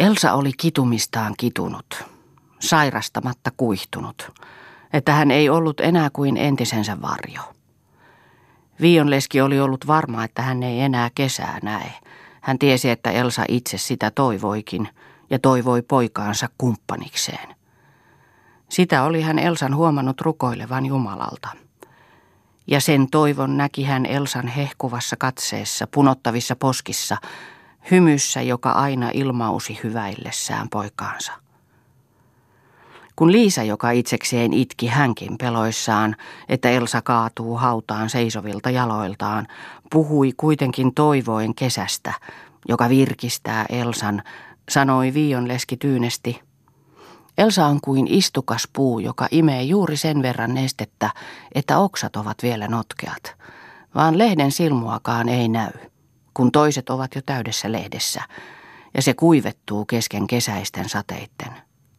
Elsa oli kitumistaan kitunut, sairastamatta kuihtunut, että hän ei ollut enää kuin entisensä varjo. Viionleski oli ollut varma, että hän ei enää kesää näe. Hän tiesi, että Elsa itse sitä toivoikin ja toivoi poikaansa kumppanikseen. Sitä oli hän Elsan huomannut rukoilevan Jumalalta. Ja sen toivon näki hän Elsan hehkuvassa katseessa, punottavissa poskissa, hymyssä, joka aina ilmausi hyväillessään poikaansa. Kun Liisa, joka itsekseen itki hänkin peloissaan, että Elsa kaatuu hautaan seisovilta jaloiltaan, puhui kuitenkin toivoen kesästä, joka virkistää Elsan, sanoi Viionleski tyynesti: Elsa on kuin istukas puu, joka imee juuri sen verran nestettä, että oksat ovat vielä notkeat, vaan lehden silmuakaan ei näy, kun toiset ovat jo täydessä lehdessä, ja se kuivettuu kesken kesäisten sateitten.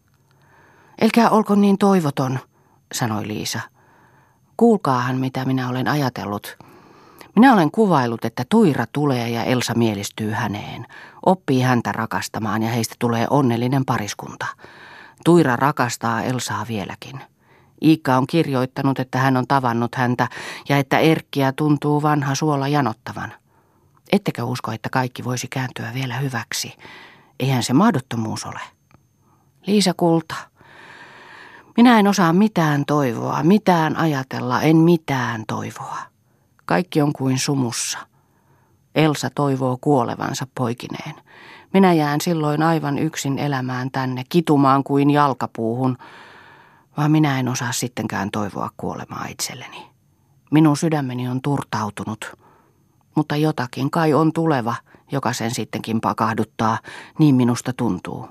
Elkää olko niin toivoton, sanoi Liisa. Kuulkaahan, mitä minä olen ajatellut. Minä olen kuvaillut, että Tuira tulee ja Elsa mielistyy häneen, oppii häntä rakastamaan ja heistä tulee onnellinen pariskunta. Tuira rakastaa Elsaa vieläkin. Iikka on kirjoittanut, että hän on tavannut häntä ja että Erkkiä tuntuu vanha suola janottavan. Ettekö usko, että kaikki voisi kääntyä vielä hyväksi? Eihän se mahdottomuus ole. Liisa kulta, minä en osaa mitään toivoa, mitään ajatella, en mitään toivoa. Kaikki on kuin sumussa. Elsa toivoo kuolevansa poikineen. Minä jään silloin aivan yksin elämään tänne, kitumaan kuin jalkapuuhun, vaan minä en osaa sittenkään toivoa kuolemaa itselleni. Minun sydämeni on turtautunut, mutta jotakin kai on tuleva, joka sen sittenkin pakahduttaa, niin minusta tuntuu.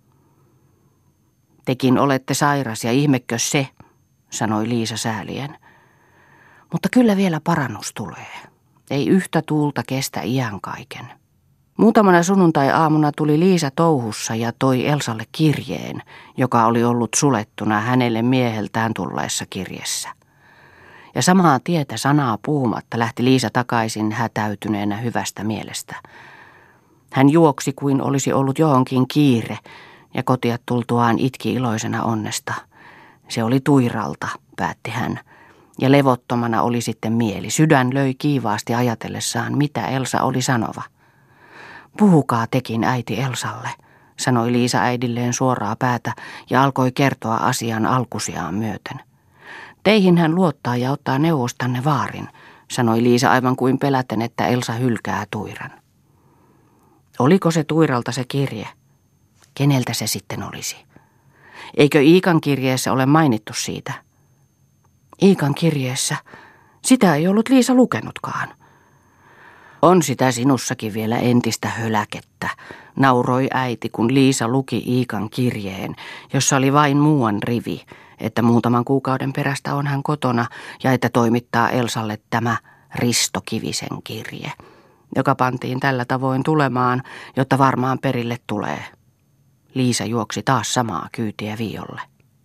Tekin olette sairas ja ihmekö se, sanoi Liisa säälien. Mutta kyllä vielä parannus tulee. Ei yhtä tuulta kestä iän kaiken. Muutamana sunnuntai-aamuna tuli Liisa touhussa ja toi Elsalle kirjeen, joka oli ollut sulettuna hänelle mieheltään tulleessa kirjessä. Ja samaa tietä sanaa puhumatta lähti Liisa takaisin hätäytyneenä hyvästä mielestä. Hän juoksi kuin olisi ollut johonkin kiire ja kotia tultuaan itki iloisena onnesta. Se oli Tuiralta, päätti hän, ja levottomana oli sitten mieli. Sydän löi kiivaasti ajatellessaan, mitä Elsa oli sanova. Puhukaa tekin äiti Elsalle, sanoi Liisa äidilleen suoraa päätä ja alkoi kertoa asian alkusiaan myöten. Teihin hän luottaa ja ottaa neuvostanne vaarin, sanoi Liisa aivan kuin peläten, että Elsa hylkää Tuiran. Oliko se Tuiralta se kirje? Keneltä se sitten olisi? Eikö Iikan kirjeessä ole mainittu siitä? Iikan kirjeessä? Sitä ei ollut Liisa lukenutkaan. On sitä sinussakin vielä entistä höläkettä, nauroi äiti, kun Liisa luki Iikan kirjeen, jossa oli vain muuan rivi, että muutaman kuukauden perästä on hän kotona ja että toimittaa Elsalle tämä Risto Kivisen kirje, joka pantiin tällä tavoin tulemaan, jotta varmaan perille tulee. Liisa juoksi taas samaa kyytiä Violle.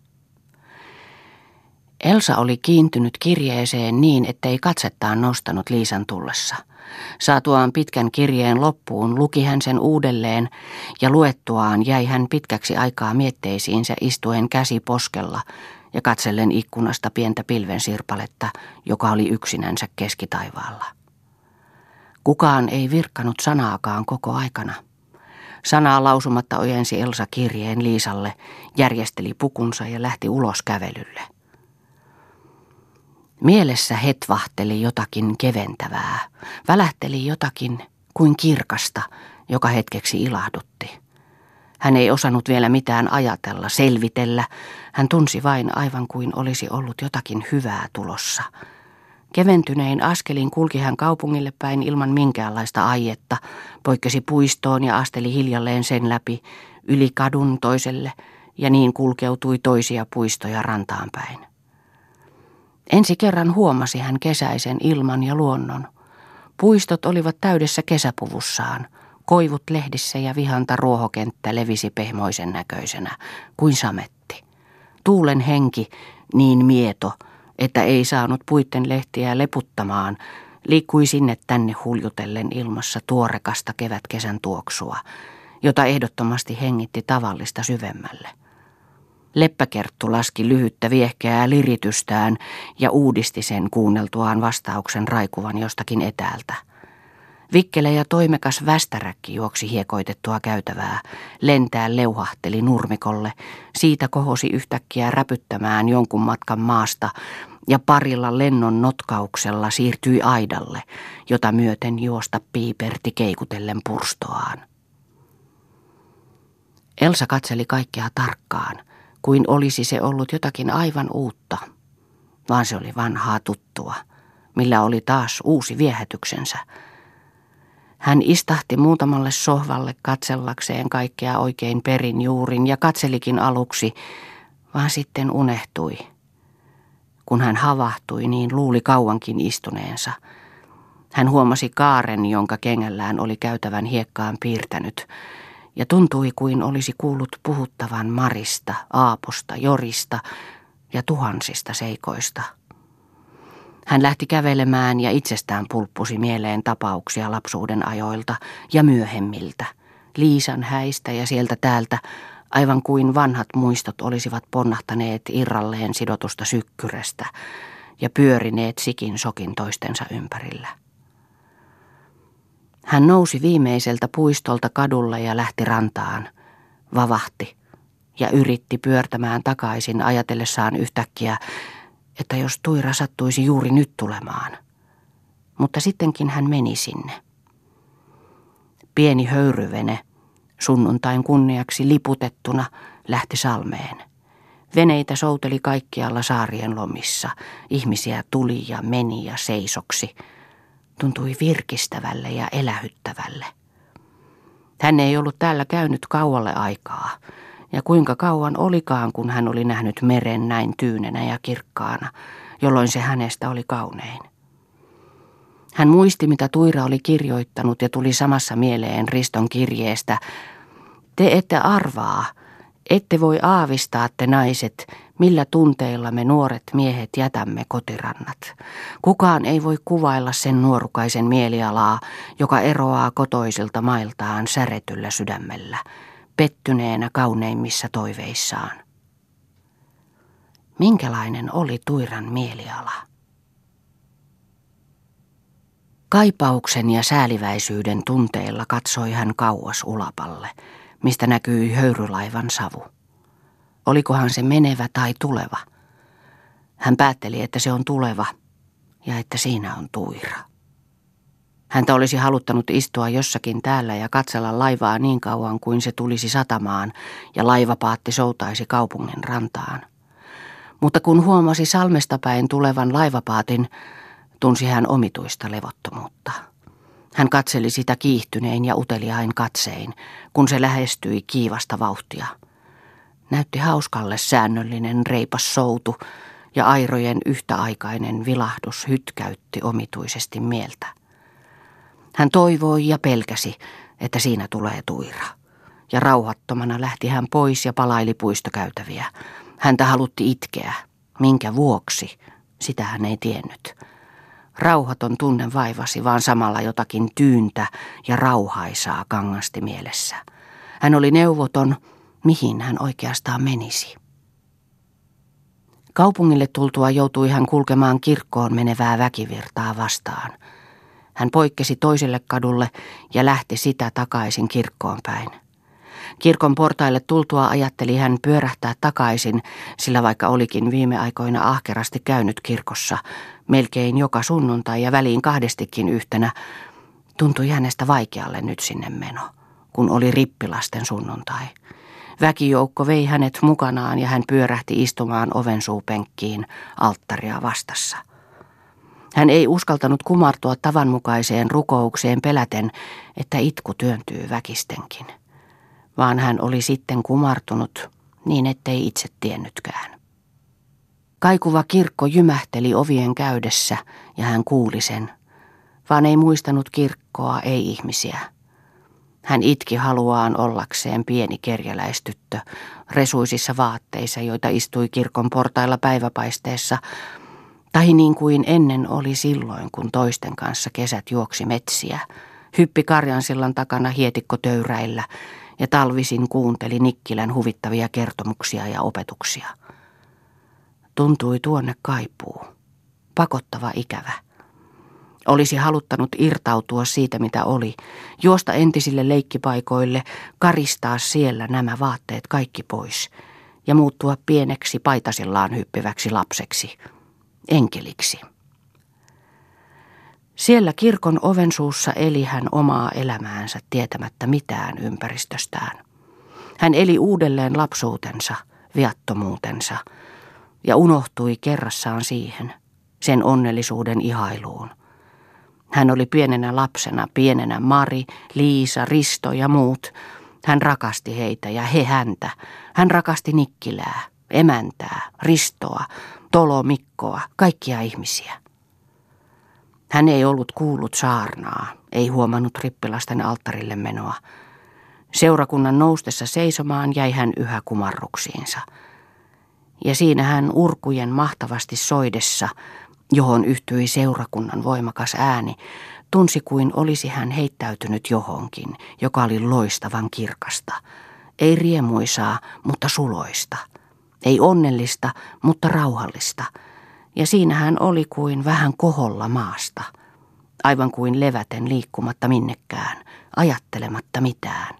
Elsa oli kiintynyt kirjeeseen niin, ettei katsettaan nostanut Liisan tullessa. Saatuaan pitkän kirjeen loppuun luki hän sen uudelleen ja luettuaan jäi hän pitkäksi aikaa mietteisiinsä istuen käsi poskella ja katsellen ikkunasta pientä pilvensirpaletta, joka oli yksinänsä keskitaivaalla. Kukaan ei virkkanut sanaakaan koko aikana. Sanaa lausumatta ojensi Elsa kirjeen Liisalle, järjesteli pukunsa ja lähti ulos kävelylle. Mielessä hetvahteli jotakin keventävää, välähteli jotakin kuin kirkasta, joka hetkeksi ilahdutti. Hän ei osannut vielä mitään ajatella, selvitellä, hän tunsi vain aivan kuin olisi ollut jotakin hyvää tulossa. Keventynein askelin kulki hän kaupungille päin ilman minkäänlaista aietta, poikkesi puistoon ja asteli hiljalleen sen läpi, yli kadun toiselle ja niin kulkeutui toisia puistoja rantaan päin. Ensi kerran huomasi hän kesäisen ilman ja luonnon. Puistot olivat täydessä kesäpuvussaan, koivut lehdissä ja vihanta ruohokenttä levisi pehmoisen näköisenä, kuin sametti. Tuulen henki, niin mieto, että ei saanut puitten lehtiä leputtamaan, liikkui sinne tänne huljutellen ilmassa tuorekasta kevätkesän tuoksua, jota ehdottomasti hengitti tavallista syvemmälle. Leppäkerttu laski lyhyttä viehkeää liritystään ja uudisti sen kuunneltuaan vastauksen raikuvan jostakin etäältä. Vikkelä ja toimekas västäräkki juoksi hiekoitettua käytävää, lentää leuhahteli nurmikolle, siitä kohosi yhtäkkiä räpyttämään jonkun matkan maasta ja parilla lennon notkauksella siirtyi aidalle, jota myöten juosta piiperti keikutellen purstoaan. Elsa katseli kaikkea tarkkaan, kuin olisi se ollut jotakin aivan uutta, vaan se oli vanhaa tuttua, millä oli taas uusi viehätyksensä. Hän istahti muutamalle sohvalle katsellakseen kaikkea oikein perin juurin ja katselikin aluksi, vaan sitten unehtui. Kun hän havahtui, niin luuli kauankin istuneensa. Hän huomasi kaaren, jonka kengällään oli käytävän hiekkaan piirtänyt, ja tuntui kuin olisi kuullut puhuttavan Marista, Aaposta, Jorista ja tuhansista seikoista. Hän lähti kävelemään ja itsestään pulppusi mieleen tapauksia lapsuuden ajoilta ja myöhemmiltä, Liisan häistä ja sieltä täältä, aivan kuin vanhat muistot olisivat ponnahtaneet irralleen sidotusta sykkyrestä ja pyörineet sikin sokin toistensa ympärillä. Hän nousi viimeiseltä puistolta kadulla ja lähti rantaan, vavahti ja yritti pyörtämään takaisin ajatellessaan yhtäkkiä, että jos Tuira sattuisi juuri nyt tulemaan. Mutta sittenkin hän meni sinne. Pieni höyryvene, sunnuntain kunniaksi liputettuna, lähti salmeen. Veneitä souteli kaikkialla saarien lomissa. Ihmisiä tuli ja meni ja seisoksi. Tuntui virkistävälle ja elähyttävälle. Hän ei ollut täällä käynyt kaualle aikaa. Ja kuinka kauan olikaan, kun hän oli nähnyt meren näin tyynenä ja kirkkaana, jolloin se hänestä oli kaunein. Hän muisti, mitä Tuira oli kirjoittanut ja tuli samassa mieleen Riston kirjeestä. Te ette arvaa, ette voi aavistaa te naiset, millä tunteilla me nuoret miehet jätämme kotirannat. Kukaan ei voi kuvailla sen nuorukaisen mielialaa, joka eroaa kotoisilta mailtaan säretyllä sydämellä, pettyneenä kauneimmissa toiveissaan. Minkälainen oli Tuiran mieliala? Kaipauksen ja sääliväisyyden tunteilla katsoi hän kauas ulapalle, mistä näkyi höyrylaivan savu. Olikohan se menevä tai tuleva? Hän päätteli, että se on tuleva ja että siinä on Tuira. Häntä olisi haluttanut istua jossakin täällä ja katsella laivaa niin kauan kuin se tulisi satamaan ja laivapaatti soutaisi kaupungin rantaan. Mutta kun huomasi salmesta päin tulevan laivapaatin, tunsi hän omituista levottomuutta. Hän katseli sitä kiihtynein ja uteliain katsein, kun se lähestyi kiivasta vauhtia. Näytti hauskalle säännöllinen reipas soutu ja airojen yhtäaikainen vilahdus hytkäytti omituisesti mieltä. Hän toivoi ja pelkäsi, että siinä tulee Tuira. Ja rauhattomana lähti hän pois ja palaili puistokäytäviä. Häntä halutti itkeä. Minkä vuoksi? Sitä hän ei tiennyt. Rauhaton tunne vaivasi, vaan samalla jotakin tyyntä ja rauhaisaa kangasti mielessä. Hän oli neuvoton, mihin hän oikeastaan menisi. Kaupungille tultua joutui hän kulkemaan kirkkoon menevää väkivirtaa vastaan. Hän poikkesi toiselle kadulle ja lähti sitä takaisin kirkkoon päin. Kirkon portaille tultua ajatteli hän pyörähtää takaisin, sillä vaikka olikin viime aikoina ahkerasti käynyt kirkossa, melkein joka sunnuntai ja väliin kahdestikin yhtenä, tuntui hänestä vaikealle nyt sinne meno, kun oli rippilasten sunnuntai. Väkijoukko vei hänet mukanaan ja hän pyörähti istumaan ovensuupenkkiin alttaria vastassa. Hän ei uskaltanut kumartua tavanmukaiseen rukoukseen peläten, että itku työntyy väkistenkin, vaan hän oli sitten kumartunut niin, ettei itse tiennytkään. Kaikuva kirkko jymähteli ovien käydessä ja hän kuuli sen, vaan ei muistanut kirkkoa, ei ihmisiä. Hän itki haluaan ollakseen pieni kerjäläistyttö, resuisissa vaatteissa, joita istui kirkon portailla päiväpaisteessa, tai niin kuin ennen oli silloin, kun toisten kanssa kesät juoksi metsiä, hyppi Karjansillan takana hietikkotöyräillä ja talvisin kuunteli Nikkilän huvittavia kertomuksia ja opetuksia. Tuntui tuonne kaipuu, pakottava ikävä. Olisi haluttanut irtautua siitä, mitä oli, juosta entisille leikkipaikoille, karistaa siellä nämä vaatteet kaikki pois ja muuttua pieneksi paitasillaan hyppiväksi lapseksi, enkeliksi. Siellä kirkon ovensuussa eli hän omaa elämäänsä tietämättä mitään ympäristöstään. Hän eli uudelleen lapsuutensa, viattomuutensa ja unohtui kerrassaan siihen, sen onnellisuuden ihailuun. Hän oli pienenä lapsena, pienenä Mari, Liisa, Risto ja muut. Hän rakasti heitä ja he häntä. Hän rakasti Nikkilää, emäntää, Ristoa, Tolo Mikkoa, kaikkia ihmisiä. Hän ei ollut kuullut saarnaa, ei huomannut rippilasten alttarille menoa. Seurakunnan noustessa seisomaan jäi hän yhä kumarruksiinsa. Ja siinä hän urkujen mahtavasti soidessa, johon yhtyi seurakunnan voimakas ääni, tunsi kuin olisi hän heittäytynyt johonkin, joka oli loistavan kirkasta. Ei riemuisaa, mutta suloista. Ei onnellista, mutta rauhallista. Ja siinä hän oli kuin vähän koholla maasta, aivan kuin leväten liikkumatta minnekään, ajattelematta mitään.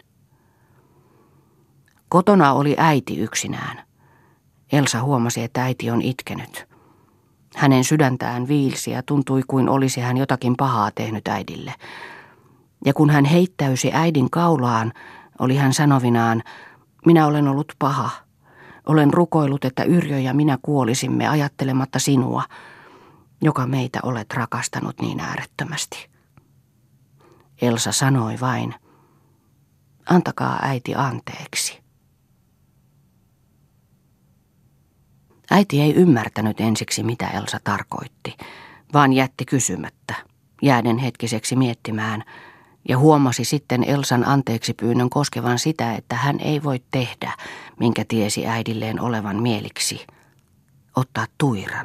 Kotona oli äiti yksinään. Elsa huomasi, että äiti on itkenyt. Hänen sydäntään viilsi ja tuntui kuin olisi hän jotakin pahaa tehnyt äidille. Ja kun hän heittäysi äidin kaulaan, oli hän sanovinaan, minä olen ollut paha. Olen rukoillut, että Yrjö ja minä kuolisimme ajattelematta sinua, joka meitä olet rakastanut niin äärettömästi. Elsa sanoi vain, antakaa äiti anteeksi. Äiti ei ymmärtänyt ensiksi, mitä Elsa tarkoitti, vaan jätti kysymättä, jääden hetkiseksi miettimään, ja huomasi sitten Elsan anteeksi pyynnön koskevan sitä, että hän ei voi tehdä, minkä tiesi äidilleen olevan mieliksi, ottaa tuiran.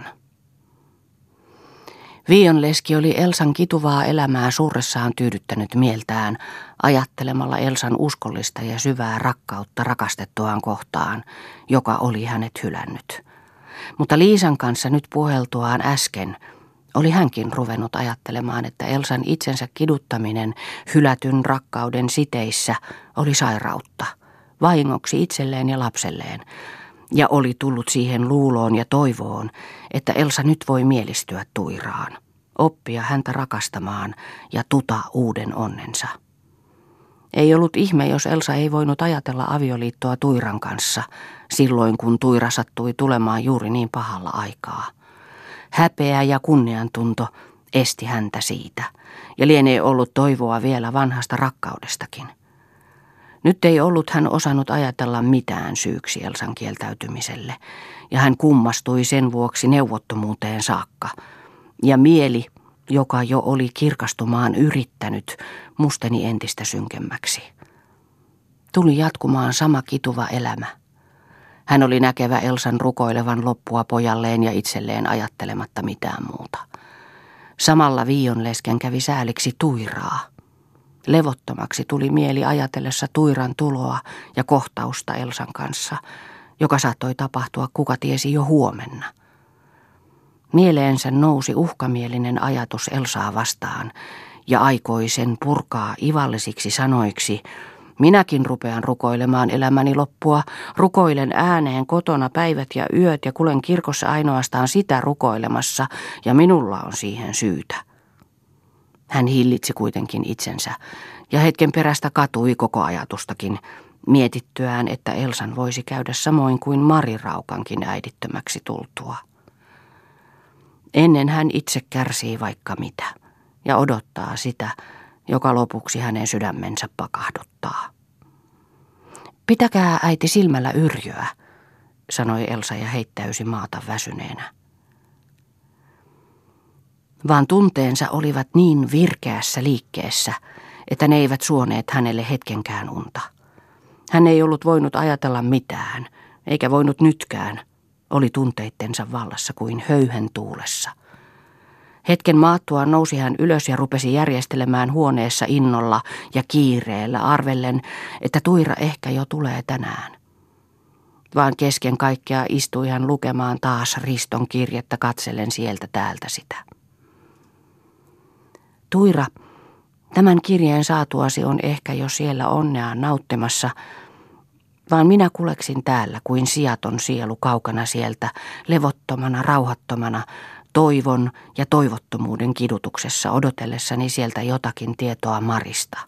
Viion leski oli Elsan kituvaa elämää surressaan tyydyttänyt mieltään, ajattelemalla Elsan uskollista ja syvää rakkautta rakastettuaan kohtaan, joka oli hänet hylännyt. Mutta Liisan kanssa nyt puheltuaan äsken oli hänkin ruvennut ajattelemaan, että Elsan itsensä kiduttaminen hylätyn rakkauden siteissä oli sairautta, vahingoksi itselleen ja lapselleen, ja oli tullut siihen luuloon ja toivoon, että Elsa nyt voi mielistyä tuiraan, oppia häntä rakastamaan ja tuta uuden onnensa. Ei ollut ihme, jos Elsa ei voinut ajatella avioliittoa tuiran kanssa, silloin kun tuira sattui tulemaan juuri niin pahalla aikaa. Häpeä ja kunniantunto esti häntä siitä, ja lienee ollut toivoa vielä vanhasta rakkaudestakin. Nyt ei ollut hän osannut ajatella mitään syyksi Elsan kieltäytymiselle, ja hän kummastui sen vuoksi neuvottomuuteen saakka, ja mieli, joka jo oli kirkastumaan yrittänyt, musteni entistä synkemmäksi. Tuli jatkumaan sama kituva elämä. Hän oli näkevä Elsan rukoilevan loppua pojalleen ja itselleen ajattelematta mitään muuta. Samalla Viion lesken kävi sääliksi tuiraa. Levottomaksi tuli mieli ajatellessa tuiran tuloa ja kohtausta Elsan kanssa, joka saattoi tapahtua kuka tiesi jo huomenna. Mieleensä nousi uhkamielinen ajatus Elsaa vastaan ja aikoi sen purkaa ivallisiksi sanoiksi. Minäkin rupean rukoilemaan elämäni loppua, rukoilen ääneen kotona päivät ja yöt ja kulen kirkossa ainoastaan sitä rukoilemassa ja minulla on siihen syytä. Hän hillitsi kuitenkin itsensä ja hetken perästä katui koko ajatustakin, mietittyään, että Elsan voisi käydä samoin kuin Mari Raukankin äidittömäksi tultua. Ennen hän itse kärsii vaikka mitä ja odottaa sitä, joka lopuksi hänen sydämensä pakahduttaa. Pitäkää äiti silmällä Yrjöä, sanoi Elsa ja heittäysi maata väsyneenä. Vaan tunteensa olivat niin virkeässä liikkeessä, että ne eivät suoneet hänelle hetkenkään unta. Hän ei ollut voinut ajatella mitään, eikä voinut nytkään, oli tunteittensa vallassa kuin höyhen tuulessa. Hetken maattuaan nousi hän ylös ja rupesi järjestelemään huoneessa innolla ja kiireellä, arvellen, että Tuira ehkä jo tulee tänään. Vaan kesken kaikkea istui hän lukemaan taas Riston kirjettä katsellen sieltä täältä sitä. Tuira, tämän kirjeen saatuasi on ehkä jo siellä onneaan nauttimassa, vaan minä kuleksin täällä kuin siaton sielu kaukana sieltä, levottomana, rauhattomana, toivon ja toivottomuuden kidutuksessa odotellessani sieltä jotakin tietoa Marista.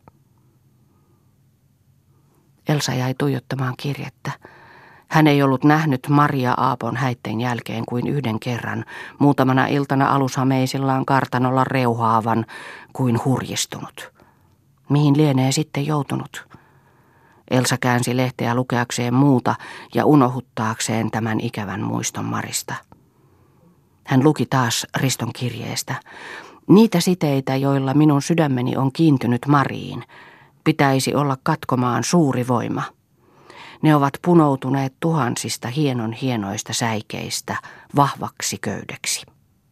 Elsa jäi tuijottamaan kirjettä. Hän ei ollut nähnyt Maria Aapon häitten jälkeen kuin yhden kerran, muutamana iltana alushameisillaan kartanolla reuhaavan kuin hurjistunut. Mihin lienee sitten joutunut? Elsa käänsi lehteä lukeakseen muuta ja unohuttaakseen tämän ikävän muiston Marista. Hän luki taas Riston kirjeestä. Niitä siteitä, joilla minun sydämeni on kiintynyt Mariin, pitäisi olla katkomaan suuri voima. Ne ovat punoutuneet tuhansista hienoista säikeistä vahvaksi köydeksi.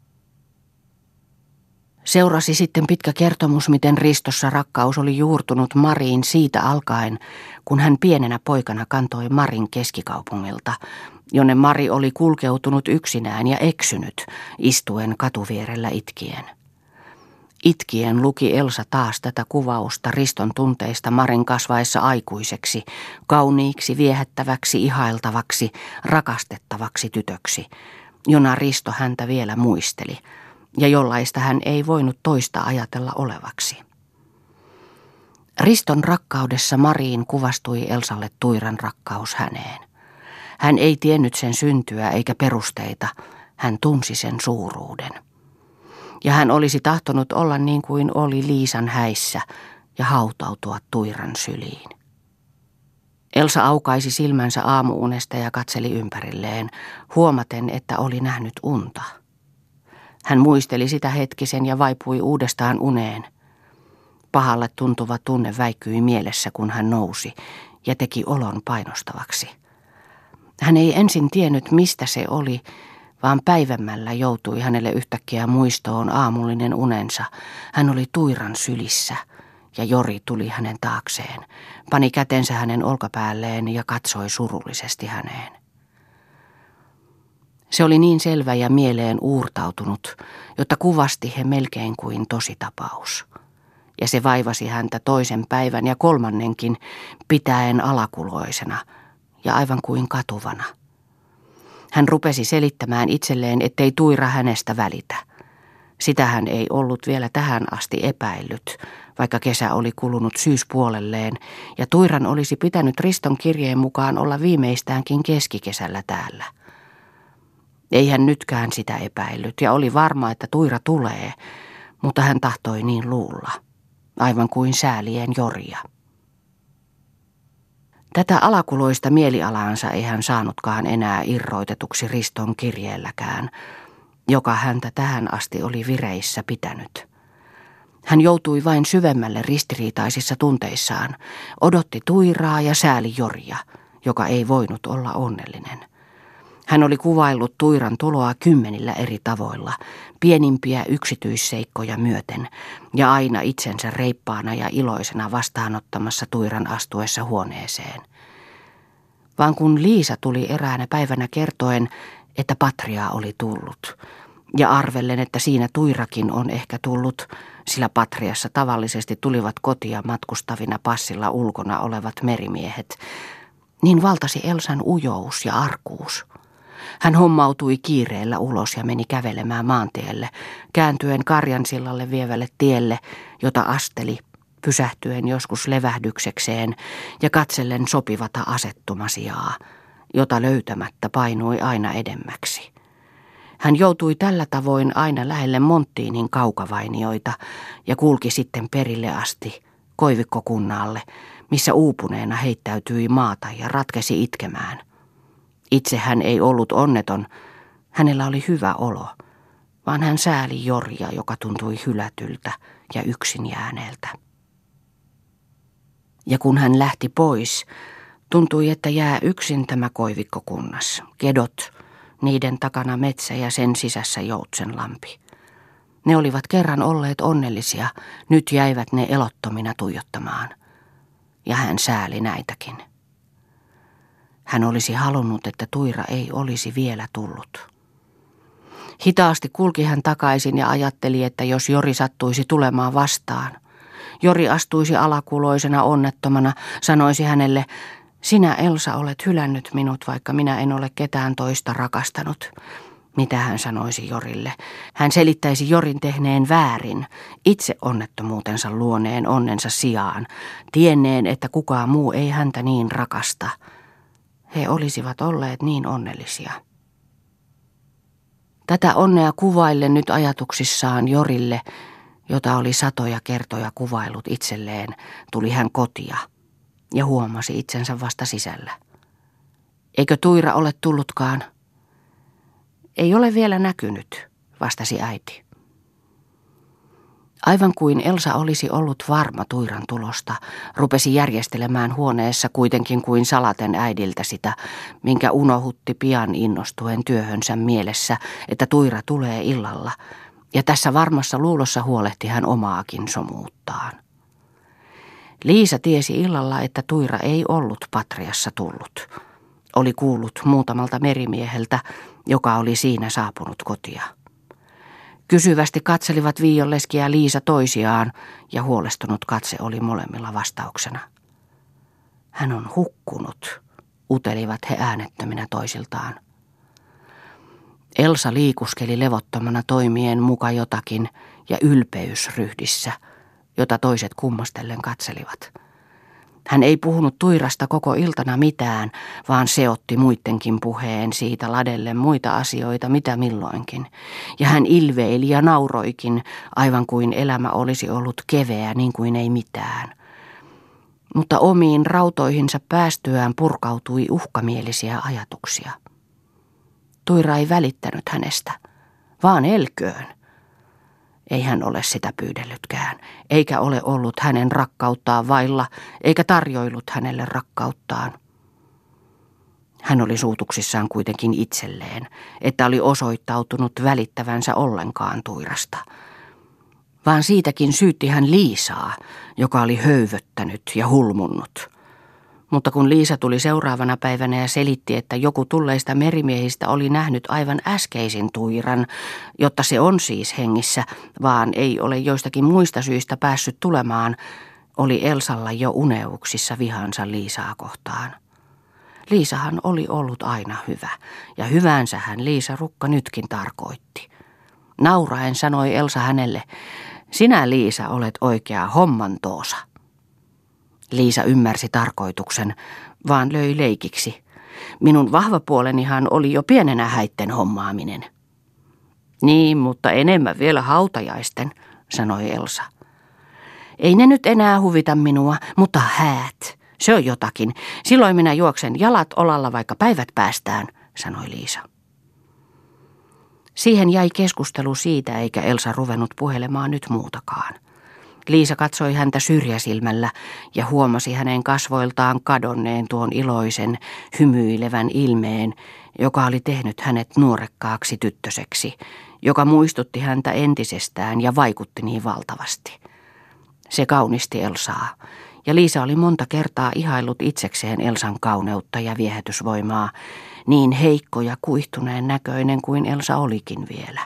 Seurasi sitten pitkä kertomus, miten Ristossa rakkaus oli juurtunut Mariin siitä alkaen, kun hän pienenä poikana kantoi Marin keskikaupungilta, jonne Mari oli kulkeutunut yksinään ja eksynyt, istuen katuvierellä itkien. Itkien luki Elsa taas tätä kuvausta Riston tunteista Marin kasvaessa aikuiseksi, kauniiksi, viehättäväksi, ihailtavaksi, rakastettavaksi tytöksi, jona Risto häntä vielä muisteli, ja jollaista hän ei voinut toista ajatella olevaksi. Riston rakkaudessa Mariin kuvastui Elsalle Tuiran rakkaus häneen. Hän ei tiennyt sen syntyä eikä perusteita, hän tunsi sen suuruuden. Ja hän olisi tahtonut olla niin kuin oli Liisan häissä ja hautautua Tuiran syliin. Elsa aukaisi silmänsä aamuunesta ja katseli ympärilleen, huomaten, että oli nähnyt unta. Hän muisteli sitä hetkisen ja vaipui uudestaan uneen. Pahalle tuntuva tunne väikkyi mielessä, kun hän nousi ja teki olon painostavaksi. Hän ei ensin tiennyt, mistä se oli, vaan päivämällä joutui hänelle yhtäkkiä muistoon aamullinen unensa. Hän oli Tuiran sylissä ja Jori tuli hänen taakseen, pani kätensä hänen olkapäälleen ja katsoi surullisesti häneen. Se oli niin selvä ja mieleen uurtautunut, jotta kuvasti he melkein kuin tositapaus. Ja se vaivasi häntä toisen päivän ja kolmannenkin pitäen alakuloisena ja aivan kuin katuvana. Hän rupesi selittämään itselleen, ettei Tuira hänestä välitä. Sitä hän ei ollut vielä tähän asti epäillyt, vaikka kesä oli kulunut syyspuolelleen, ja Tuiran olisi pitänyt Riston kirjeen mukaan olla viimeistäänkin keskikesällä täällä. Ei hän nytkään sitä epäillyt ja oli varma, että Tuira tulee, mutta hän tahtoi niin luulla, aivan kuin säälien Joria. Tätä alakuloista mielialaansa ei hän saanutkaan enää irroitetuksi Riston kirjeelläkään, joka häntä tähän asti oli vireissä pitänyt. Hän joutui vain syvemmälle ristiriitaisissa tunteissaan, odotti Tuiraa ja sääli Joria, joka ei voinut olla onnellinen. Hän oli kuvaillut Tuiran tuloa 10 eri tavoilla, pienimpiä yksityisseikkoja myöten, ja aina itsensä reippaana ja iloisena vastaanottamassa Tuiran astuessa huoneeseen. Vaan kun Liisa tuli eräänä päivänä kertoen, että Patria oli tullut, ja arvellen, että siinä Tuirakin on ehkä tullut, sillä Patriassa tavallisesti tulivat kotia matkustavina passilla ulkona olevat merimiehet, niin valtasi Elsan ujous ja arkuus. Hän hommautui kiireellä ulos ja meni kävelemään maantielle, kääntyen Karjansillalle vievälle tielle, jota asteli, pysähtyen joskus levähdyksekseen ja katsellen sopivata asettumasijaa, jota löytämättä painui aina edemmäksi. Hän joutui tällä tavoin aina lähelle Monttiinin kaukavainioita ja kulki sitten perille asti, Koivikkokunnaalle, missä uupuneena heittäytyi maata ja ratkesi itkemään. Itse hän ei ollut onneton, hänellä oli hyvä olo, vaan hän sääli Joria, joka tuntui hylätyltä ja yksin jääneeltä. Ja kun hän lähti pois, tuntui, että jää yksin tämä Koivikkokunnas, kedot, niiden takana metsä ja sen sisässä Joutsenlampi. Ne olivat kerran olleet onnellisia, nyt jäivät ne elottomina tuijottamaan. Ja hän sääli näitäkin. Hän olisi halunnut, että Tuira ei olisi vielä tullut. Hitaasti kulki hän takaisin ja ajatteli, että jos Jori sattuisi tulemaan vastaan. Jori astuisi alakuloisena onnettomana, sanoisi hänelle, sinä Elsa olet hylännyt minut, vaikka minä en ole ketään toista rakastanut. Mitä hän sanoisi Jorille? Hän selittäisi Jorin tehneen väärin, itse onnettomuutensa luoneen onnensa sijaan, tienneen, että kukaan muu ei häntä niin rakasta. He olisivat olleet niin onnellisia. Tätä onnea kuvaillen nyt ajatuksissaan Jorille, jota oli satoja kertoja kuvaillut itselleen, tuli hän kotia ja huomasi itsensä vasta sisällä. Eikö Tuira ole tullutkaan? Ei ole vielä näkynyt, vastasi äiti. Aivan kuin Elsa olisi ollut varma Tuiran tulosta, rupesi järjestelemään huoneessa kuitenkin kuin salaten äidiltä sitä, minkä unohutti pian innostuen työhönsä mielessä, että Tuira tulee illalla, ja tässä varmassa luulossa huolehti hän omaakin somuuttaan. Liisa tiesi illalla, että Tuira ei ollut Patriassa tullut. Oli kuullut muutamalta merimieheltä, joka oli siinä saapunut kotia. Kysyvästi katselivat Viionleski ja Liisa toisiaan, ja huolestunut katse oli molemmilla vastauksena. Hän on hukkunut, utelivat he äänettöminä toisiltaan. Elsa liikuskeli levottomana toimien muka jotakin ja ylpeysryhdissä, jota toiset kummastellen katselivat. Hän ei puhunut Tuirasta koko iltana mitään, vaan seotti muidenkin puheen siitä ladellen muita asioita mitä milloinkin. Ja hän ilveili ja nauroikin, aivan kuin elämä olisi ollut keveä niin kuin ei mitään. Mutta omiin rautoihinsa päästyään purkautui uhkamielisiä ajatuksia. Tuira ei välittänyt hänestä, vaan elköön. Ei hän ole sitä pyydellytkään, eikä ole ollut hänen rakkauttaan vailla, eikä tarjoillut hänelle rakkauttaan. Hän oli suutuksissaan kuitenkin itselleen, että oli osoittautunut välittävänsä ollenkaan Tuirasta. Vaan siitäkin syytti hän Liisaa, joka oli höyvöttänyt ja hulmunnut. Mutta kun Liisa tuli seuraavana päivänä ja selitti, että joku tulleista merimiehistä oli nähnyt aivan äskeisin Tuiran, jotta se on siis hengissä, vaan ei ole joistakin muista syistä päässyt tulemaan, oli Elsalla jo uneuksissa vihansa Liisaa kohtaan. Liisahan oli ollut aina hyvä, ja hyväänsähän Liisa Rukka nytkin tarkoitti. Nauraen sanoi Elsa hänelle, sinä Liisa olet oikea hommantoosa. Liisa ymmärsi tarkoituksen, vaan löi leikiksi. Minun vahva puolenihan oli jo pienenä häitten hommaaminen. Niin, mutta enemmän vielä hautajaisten, sanoi Elsa. Ei ne nyt enää huvita minua, mutta häät, se on jotakin. Silloin minä juoksen jalat olalla, vaikka päivät päästään, sanoi Liisa. Siihen jäi keskustelu siitä, eikä Elsa ruvennut puhelemaan nyt muutakaan. Liisa katsoi häntä syrjäsilmällä ja huomasi hänen kasvoiltaan kadonneen tuon iloisen, hymyilevän ilmeen, joka oli tehnyt hänet nuorekkaaksi tyttöseksi, joka muistutti häntä entisestään ja vaikutti niin valtavasti. Se kaunisti Elsaa, ja Liisa oli monta kertaa ihaillut itsekseen Elsan kauneutta ja viehätysvoimaa, niin heikko ja kuihtuneen näköinen kuin Elsa olikin vielä.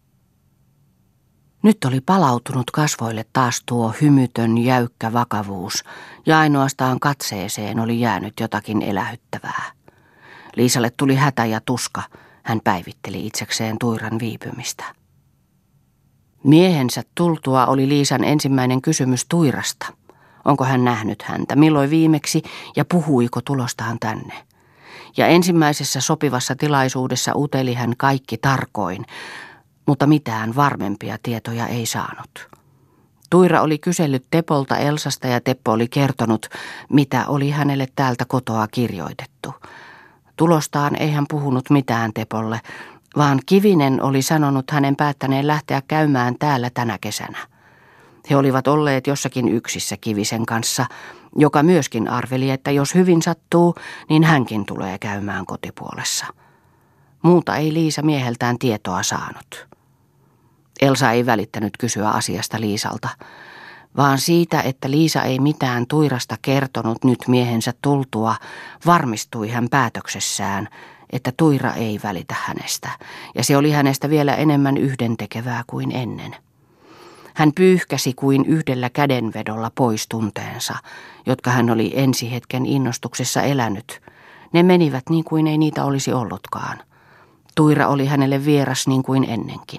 Nyt oli palautunut kasvoille taas tuo hymytön, jäykkä vakavuus, ja ainoastaan katseeseen oli jäänyt jotakin elähyttävää. Liisalle tuli hätä ja tuska, hän päivitteli itsekseen Tuiran viipymistä. Miehensä tultua oli Liisan ensimmäinen kysymys Tuirasta. Onko hän nähnyt häntä, milloin viimeksi ja puhuiko tulostaan tänne? Ja ensimmäisessä sopivassa tilaisuudessa uteli hän kaikki tarkoin, mutta mitään varmempia tietoja ei saanut. Tuira oli kysellyt Tepolta Elsasta ja Teppo oli kertonut, mitä oli hänelle täältä kotoa kirjoitettu. Tulostaan ei hän puhunut mitään Tepolle, vaan Kivinen oli sanonut hänen päättäneen lähteä käymään täällä tänä kesänä. He olivat olleet jossakin yksissä Kivisen kanssa, joka myöskin arveli, että jos hyvin sattuu, niin hänkin tulee käymään kotipuolessa. Muuta ei Liisa mieheltään tietoa saanut. Elsa ei välittänyt kysyä asiasta Liisalta, vaan siitä, että Liisa ei mitään Tuirasta kertonut nyt miehensä tultua, varmistui hän päätöksessään, että Tuira ei välitä hänestä, ja se oli hänestä vielä enemmän yhdentekevää kuin ennen. Hän pyyhkäsi kuin yhdellä kädenvedolla pois tunteensa, jotka hän oli ensihetken innostuksessa elänyt. Ne menivät niin kuin ei niitä olisi ollutkaan. Tuira oli hänelle vieras niin kuin ennenkin.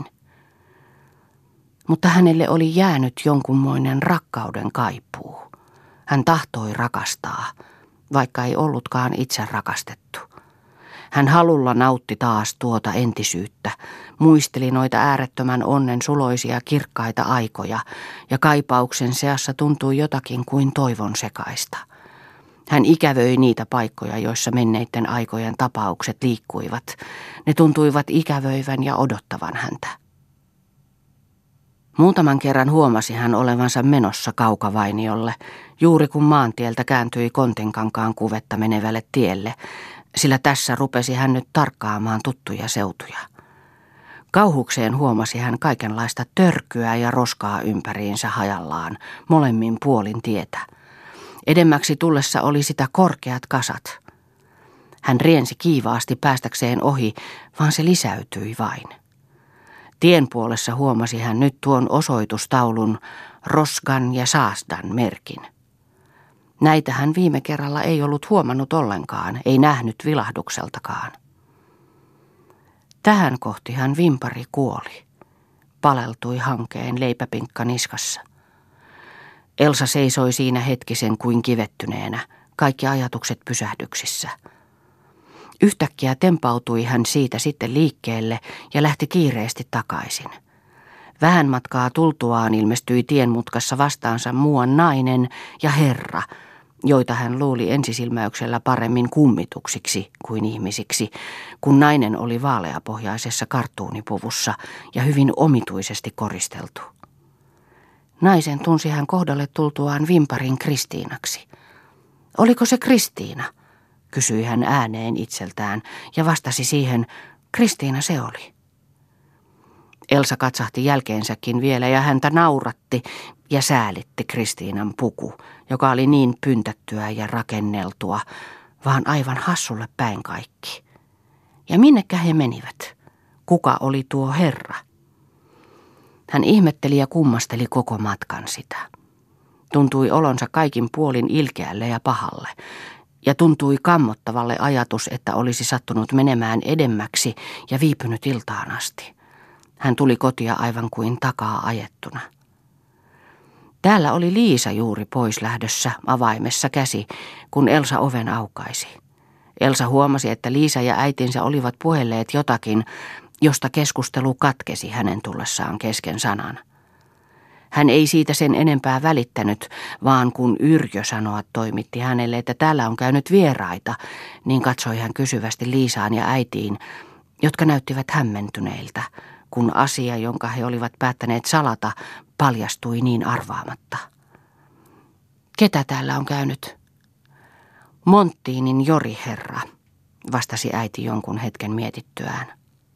Mutta hänelle oli jäänyt jonkunmoinen rakkauden kaipuu. Hän tahtoi rakastaa, vaikka ei ollutkaan itse rakastettu. Hän halulla nautti taas tuota entisyyttä, muisteli noita äärettömän onnen suloisia kirkkaita aikoja, ja kaipauksen seassa tuntui jotakin kuin toivon sekaista. Hän ikävöi niitä paikkoja, joissa menneiden aikojen tapaukset liikkuivat. Ne tuntuivat ikävöivän ja odottavan häntä. Muutaman kerran huomasi hän olevansa menossa Kaukavainiolle, juuri kun maantieltä kääntyi Kontinkankaan kuvetta menevälle tielle, sillä tässä rupesi hän nyt tarkkaamaan tuttuja seutuja. Kauhukseen huomasi hän kaikenlaista törkyä ja roskaa ympäriinsä hajallaan, molemmin puolin tietä. Edemmäksi tullessa oli sitä korkeat kasat. Hän riensi kiivaasti päästäkseen ohi, vaan se lisäytyi vain. Tien puolessa huomasi hän nyt tuon osoitustaulun Rosgan ja Saasdan merkin. Näitä hän viime kerralla ei ollut huomannut ollenkaan, ei nähnyt vilahdukseltakaan. Tähän kohti hän vimpari kuoli. Paleltui hankeen leipäpinkka niskassa. Elsa seisoi siinä hetkisen kuin kivettyneenä, kaikki ajatukset pysähdyksissä. Yhtäkkiä tempautui hän siitä sitten liikkeelle ja lähti kiireesti takaisin. Vähän matkaa tultuaan ilmestyi tienmutkassa vastaansa muuan nainen ja herra, joita hän luuli ensisilmäyksellä paremmin kummituksiksi kuin ihmisiksi, kun nainen oli vaaleapohjaisessa karttuunipuvussa ja hyvin omituisesti koristeltu. Naisen tunsi hän kohdalle tultuaan vimparin Kristiinaksi. Oliko se Kristiina? Kysyi hän ääneen itseltään ja vastasi siihen, Kristiina se oli. Elsa katsahti jälkeensäkin vielä ja häntä nauratti ja säälitti Kristiinan puku, joka oli niin pyntättyä ja rakenneltua, vaan aivan hassulle päin kaikki. Ja minnekä he menivät? Kuka oli tuo herra? Hän ihmetteli ja kummasteli koko matkan sitä. Tuntui olonsa kaikin puolin ilkeälle ja pahalle. Ja tuntui kammottavalle ajatus, että olisi sattunut menemään edemmäksi ja viipynyt iltaan asti. Hän tuli kotia aivan kuin takaa ajettuna. Täällä oli Liisa juuri pois lähdössä, avaimessa käsi, kun Elsa oven aukaisi. Elsa huomasi, että Liisa ja äitinsä olivat puhelleet jotakin, josta keskustelu katkesi hänen tullessaan kesken sanan. Hän ei siitä sen enempää välittänyt, vaan kun Yrjö sanoa toimitti hänelle, että täällä on käynyt vieraita, niin katsoi hän kysyvästi Liisaan ja äitiin, jotka näyttivät hämmentyneiltä, kun asia, jonka he olivat päättäneet salata, paljastui niin arvaamatta. Ketä täällä on käynyt? Monttiinin Jori herra, vastasi äiti jonkun hetken mietittyään.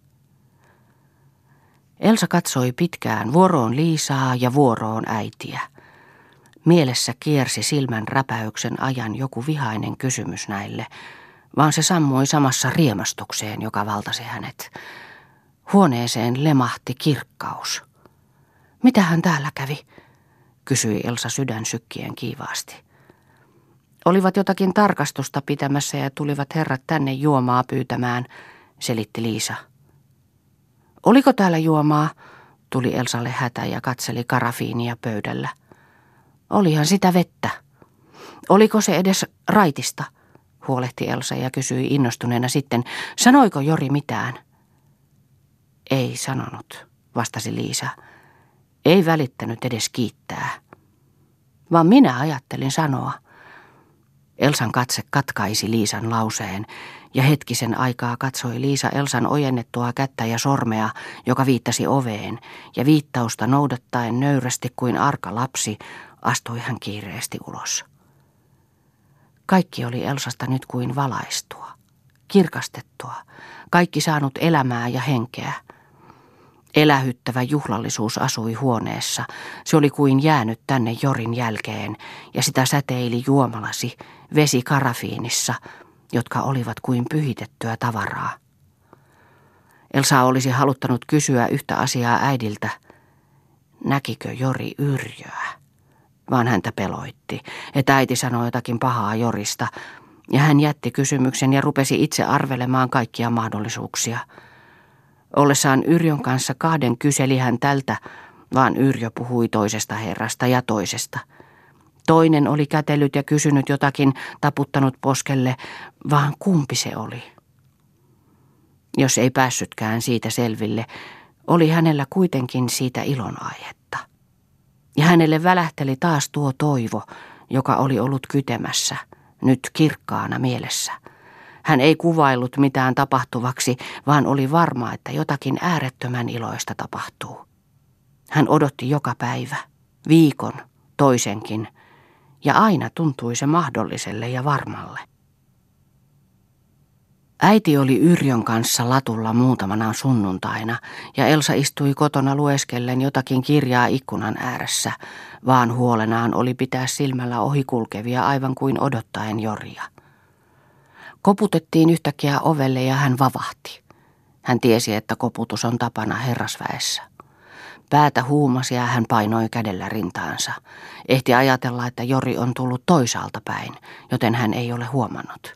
Elsa katsoi pitkään vuoroon Liisaa ja vuoroon äitiä. Mielessä kiersi silmän räpäyksen ajan joku vihainen kysymys näille, vaan se sammui samassa riemastukseen, joka valtasi hänet. Huoneeseen lemahti kirkkaus. Mitähän täällä kävi? Kysyi Elsa sydän sykkien kiivaasti. Olivat jotakin tarkastusta pitämässä ja tulivat herrat tänne juomaa pyytämään, selitti Liisa. Oliko täällä juomaa? Tuli Elsalle hätä ja katseli karafiinia pöydällä. Olihan sitä vettä. Oliko se edes raitista? Huolehti Elsa ja kysyi innostuneena sitten, sanoiko Jori mitään? Ei sanonut, vastasi Liisa. Ei välittänyt edes kiittää. Vaan minä ajattelin sanoa. Elsan katse katkaisi Liisan lauseen, ja hetkisen aikaa katsoi Liisa Elsan ojennettua kättä ja sormea, joka viittasi oveen, ja viittausta noudattaen nöyrästi kuin arka lapsi astui hän kiireesti ulos. Kaikki oli Elsasta nyt kuin valaistua, kirkastettua, kaikki saanut elämää ja henkeä. Elähyttävä juhlallisuus asui huoneessa. Se oli kuin jäänyt tänne Jorin jälkeen, ja sitä säteili juomalasi, vesi karafiinissa, jotka olivat kuin pyhitettyä tavaraa. Elsa olisi haluttanut kysyä yhtä asiaa äidiltä. Näkikö Jori Yrjöä? Vaan häntä peloitti, että äiti sanoi jotakin pahaa Jorista, ja hän jätti kysymyksen ja rupesi itse arvelemaan kaikkia mahdollisuuksia. Ollessaan Yrjön kanssa kahden kyseli hän tältä, vaan Yrjö puhui toisesta herrasta ja toisesta. Toinen oli kätellyt ja kysynyt jotakin, taputtanut poskelle, vaan kumpi se oli? Jos ei päässytkään siitä selville, oli hänellä kuitenkin siitä ilonaihetta. Ja hänelle välähteli taas tuo toivo, joka oli ollut kytemässä, nyt kirkkaana mielessä. Hän ei kuvaillut mitään tapahtuvaksi, vaan oli varma, että jotakin äärettömän iloista tapahtuu. Hän odotti joka päivä, viikon, toisenkin, ja aina tuntui se mahdolliselle ja varmalle. Äiti oli Yrjön kanssa latulla muutamana sunnuntaina, ja Elsa istui kotona lueskellen jotakin kirjaa ikkunan ääressä, vaan huolenaan oli pitää silmällä ohikulkevia aivan kuin odottaen Joria. Koputettiin yhtäkkiä ovelle ja hän vavahti. Hän tiesi, että koputus on tapana herrasväessä. Päätä huumasi ja hän painoi kädellä rintaansa. Ehti ajatella, että Jori on tullut toisaalta päin, joten hän ei ole huomannut.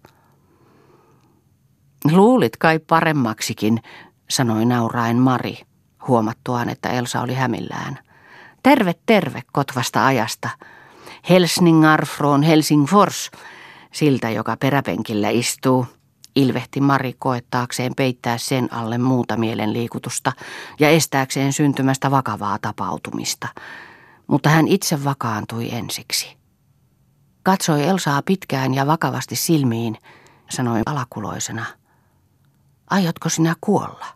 Luulit kai paremmaksikin, sanoi nauraen Mari, huomattuaan, että Elsa oli hämillään. Terve, terve Kotvasta ajasta. Helsningar från Helsingfors, siltä joka peräpenkillä istuu, ilvehti Mari koettaakseen peittää sen alle muuta mielenliikutusta ja estääkseen syntymästä vakavaa tapautumista. Mutta hän itse vakaantui ensiksi. Katsoi Elsaa pitkään ja vakavasti silmiin, sanoi alakuloisena. Aiotko sinä kuolla?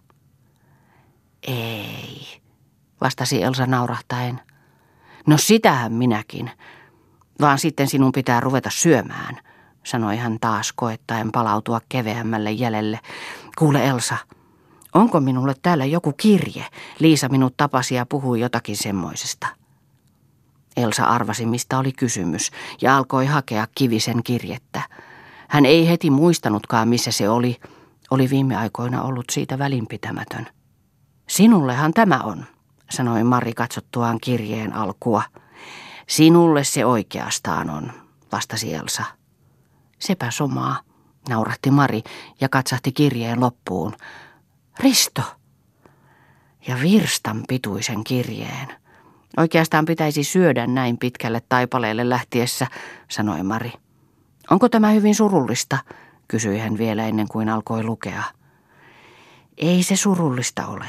Ei, vastasi Elsa naurahtaen. No sitähän minäkin, vaan sitten sinun pitää ruveta syömään, sanoi hän taas koettaen palautua keveämmälle jäljelle. Kuule Elsa, onko minulle täällä joku kirje? Liisa minut tapasi ja puhui jotakin semmoisesta. Elsa arvasi, mistä oli kysymys, ja alkoi hakea Kivisen kirjettä. Hän ei heti muistanutkaan, missä se oli viime aikoina ollut siitä välinpitämätön. Sinullehan tämä on, sanoi Mari katsottuaan kirjeen alkua. Sinulle se oikeastaan on, vastasi Elsa. Sepä somaa, naurahti Mari ja katsahti kirjeen loppuun. Risto! Ja virstan pituisen kirjeen. Oikeastaan pitäisi syödä näin pitkälle taipaleelle lähtiessä, sanoi Mari. Onko tämä hyvin surullista? Kysyi hän vielä ennen kuin alkoi lukea. Ei se surullista ole.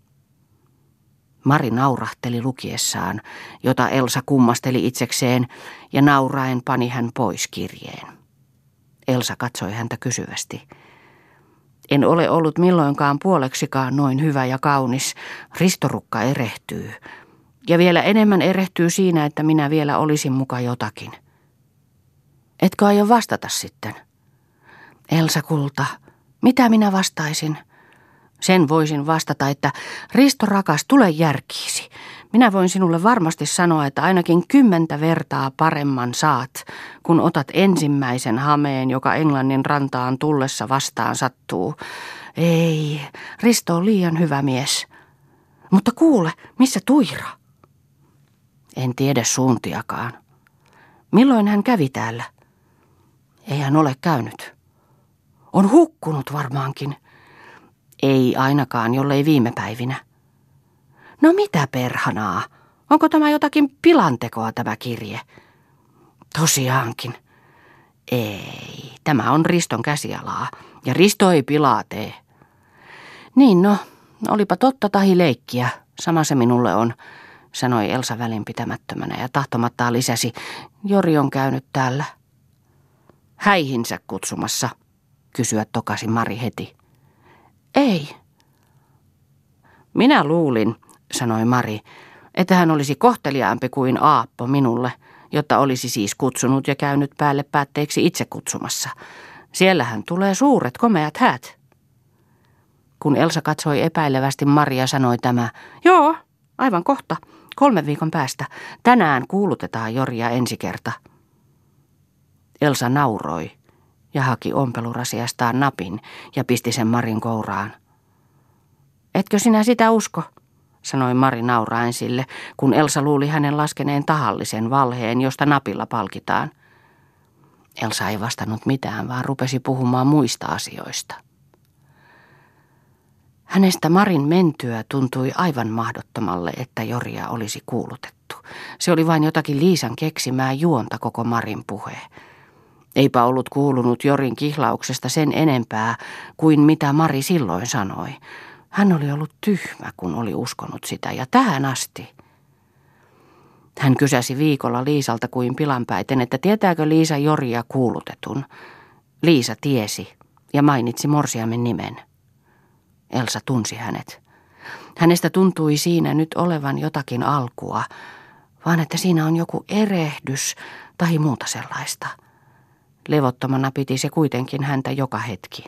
Mari naurahteli lukiessaan, jota Elsa kummasteli itsekseen, ja nauraen pani hän pois kirjeen. Elsa katsoi häntä kysyvästi. En ole ollut milloinkaan puoleksikaan noin hyvä ja kaunis. Ristorukka erehtyy. Ja vielä enemmän erehtyy siinä, että minä vielä olisin muka jotakin. Etkö aio vastata sitten? Elsa kulta, mitä minä vastaisin? Sen voisin vastata, että Risto rakas, tule järkiisi. Minä voin sinulle varmasti sanoa, että ainakin 10 vertaa paremman saat, kun otat ensimmäisen hameen, joka Englannin rantaan tullessa vastaan sattuu. Ei, Risto on liian hyvä mies. Mutta kuule, missä Tuira? En tiedä suuntiakaan. Milloin hän kävi täällä? Ei hän ole käynyt. On hukkunut varmaankin. Ei ainakaan, jollei viime päivinä. No mitä perhanaa? Onko tämä jotakin pilantekoa tämä kirje? Tosiaankin. Ei, tämä on Riston käsialaa. Ja Risto ei pilaa tee. Niin no, olipa totta tahi leikkiä. Sama se minulle on, sanoi Elsa välinpitämättömänä ja tahtomattaan lisäsi. Jori on käynyt täällä. Häihinsä kutsumassa, kysyä tokasi Mari heti. Ei. Minä luulin, sanoi Mari, että hän olisi kohteliaampi kuin Aappo minulle, jotta olisi siis kutsunut ja käynyt päälle päätteeksi itse kutsumassa. Siellähän tulee suuret komeat häät. Kun Elsa katsoi epäilevästi, Maria sanoi tämä, joo, aivan kohta, 3 viikon päästä. Tänään kuulutetaan Joria ensi kerta. Elsa nauroi ja haki ompelurasiastaan napin ja pisti sen Marin kouraan. Etkö sinä sitä usko, sanoi Mari nauraen sille, kun Elsa luuli hänen laskeneen tahallisen valheen, josta napilla palkitaan. Elsa ei vastannut mitään, vaan rupesi puhumaan muista asioista. Hänestä Marin mentyä tuntui aivan mahdottomalle, että Joria olisi kuulutettu. Se oli vain jotakin Liisan keksimää juonta koko Marin puhe. Eipä ollut kuulunut Jorin kihlauksesta sen enempää kuin mitä Mari silloin sanoi. Hän oli ollut tyhmä, kun oli uskonut sitä, ja tähän asti. Hän kysäsi viikolla Liisalta kuin pilanpäiten, että tietääkö Liisa Joria kuulutetun. Liisa tiesi ja mainitsi morsiamen nimen. Elsa tunsi hänet. Hänestä tuntui siinä nyt olevan jotakin alkua, vaan että siinä on joku erehdys tai muuta sellaista. Levottomana piti se kuitenkin häntä joka hetki.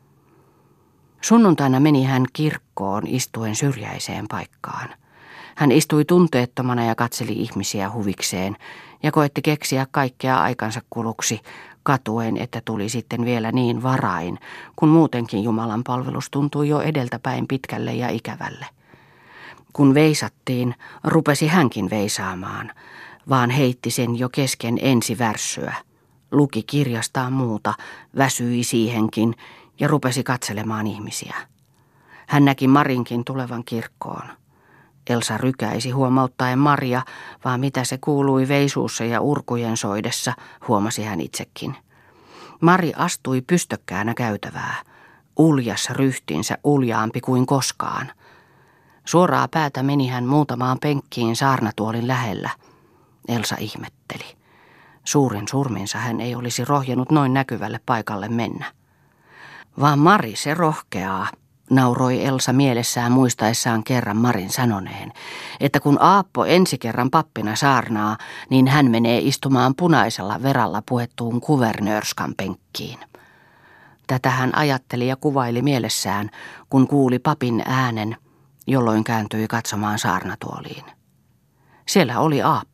Sunnuntaina meni hän kirkkoon istuen syrjäiseen paikkaan. Hän istui tunteettomana ja katseli ihmisiä huvikseen ja koetti keksiä kaikkea aikansa kuluksi, katuen, että tuli sitten vielä niin varain, kun muutenkin Jumalan palvelus tuntui jo edeltäpäin pitkälle ja ikävälle. Kun veisattiin, rupesi hänkin veisaamaan, vaan heitti sen jo kesken ensi värssyä. Luki kirjastaan muuta, väsyi siihenkin ja rupesi katselemaan ihmisiä. Hän näki Marinkin tulevan kirkkoon. Elsa rykäisi huomauttaen Maria, vaan mitä se kuului veisuussa ja urkujen soidessa, huomasi hän itsekin. Mari astui pystökkäänä käytävää, uljas ryhtinsä uljaampi kuin koskaan. Suoraa päätä meni hän muutamaan penkkiin saarnatuolin lähellä. Elsa ihmetteli. Suurin surminsa hän ei olisi rohjennut noin näkyvälle paikalle mennä. Vaan Mari se rohkeaa, nauroi Elsa mielessään muistaessaan kerran Marin sanoneen, että kun Aappo ensi kerran pappina saarnaa, niin hän menee istumaan punaisella veralla puettuun kuvernöörskan penkkiin. Tätä hän ajatteli ja kuvaili mielessään, kun kuuli papin äänen, jolloin kääntyi katsomaan saarnatuoliin. Siellä oli Aappo.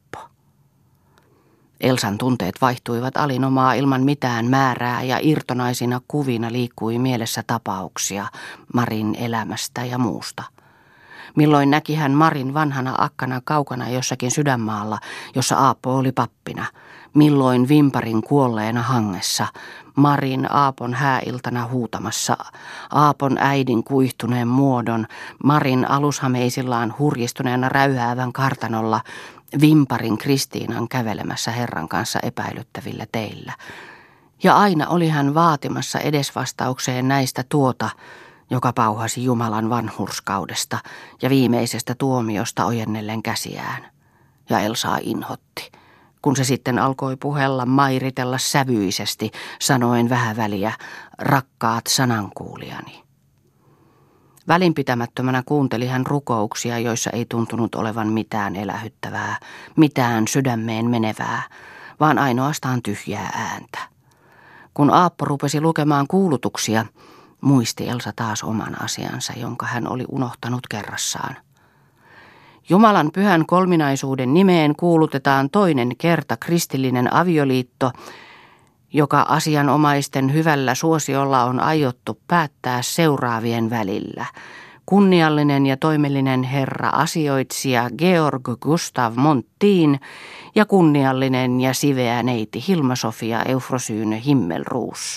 Elsan tunteet vaihtuivat alinomaa ilman mitään määrää ja irtonaisina kuvina liikkui mielessä tapauksia Marin elämästä ja muusta. Milloin näki hän Marin vanhana akkana kaukana jossakin sydänmaalla, jossa Aappo oli pappina. Milloin Vimparin kuolleena hangessa, Marin Aapon hääiltana huutamassa, Aapon äidin kuihtuneen muodon, Marin alushameisillaan hurjistuneena räyhäävän kartanolla, Vimparin Kristiinan kävelemässä Herran kanssa epäilyttävillä teillä. Ja aina oli hän vaatimassa edesvastaukseen näistä tuota, joka pauhasi Jumalan vanhurskaudesta ja viimeisestä tuomiosta ojennellen käsiään. Ja Elsaa inhotti, kun se sitten alkoi puhella mairitella sävyisesti, sanoen vähän väliä, rakkaat sanankuulijani. Välinpitämättömänä kuunteli hän rukouksia, joissa ei tuntunut olevan mitään elähyttävää, mitään sydämeen menevää, vaan ainoastaan tyhjää ääntä. Kun Aappo rupesi lukemaan kuulutuksia, muisti Elsa taas oman asiansa, jonka hän oli unohtanut kerrassaan. Jumalan pyhän kolminaisuuden nimeen kuulutetaan toinen kerta kristillinen avioliitto, joka asianomaisten hyvällä suosiolla on aiottu päättää seuraavien välillä. Kunniallinen ja toimellinen herra asioitsija Georg Gustav Monttiin ja kunniallinen ja siveä neiti Hilma-Sofia Eufrosyne Himmelruus.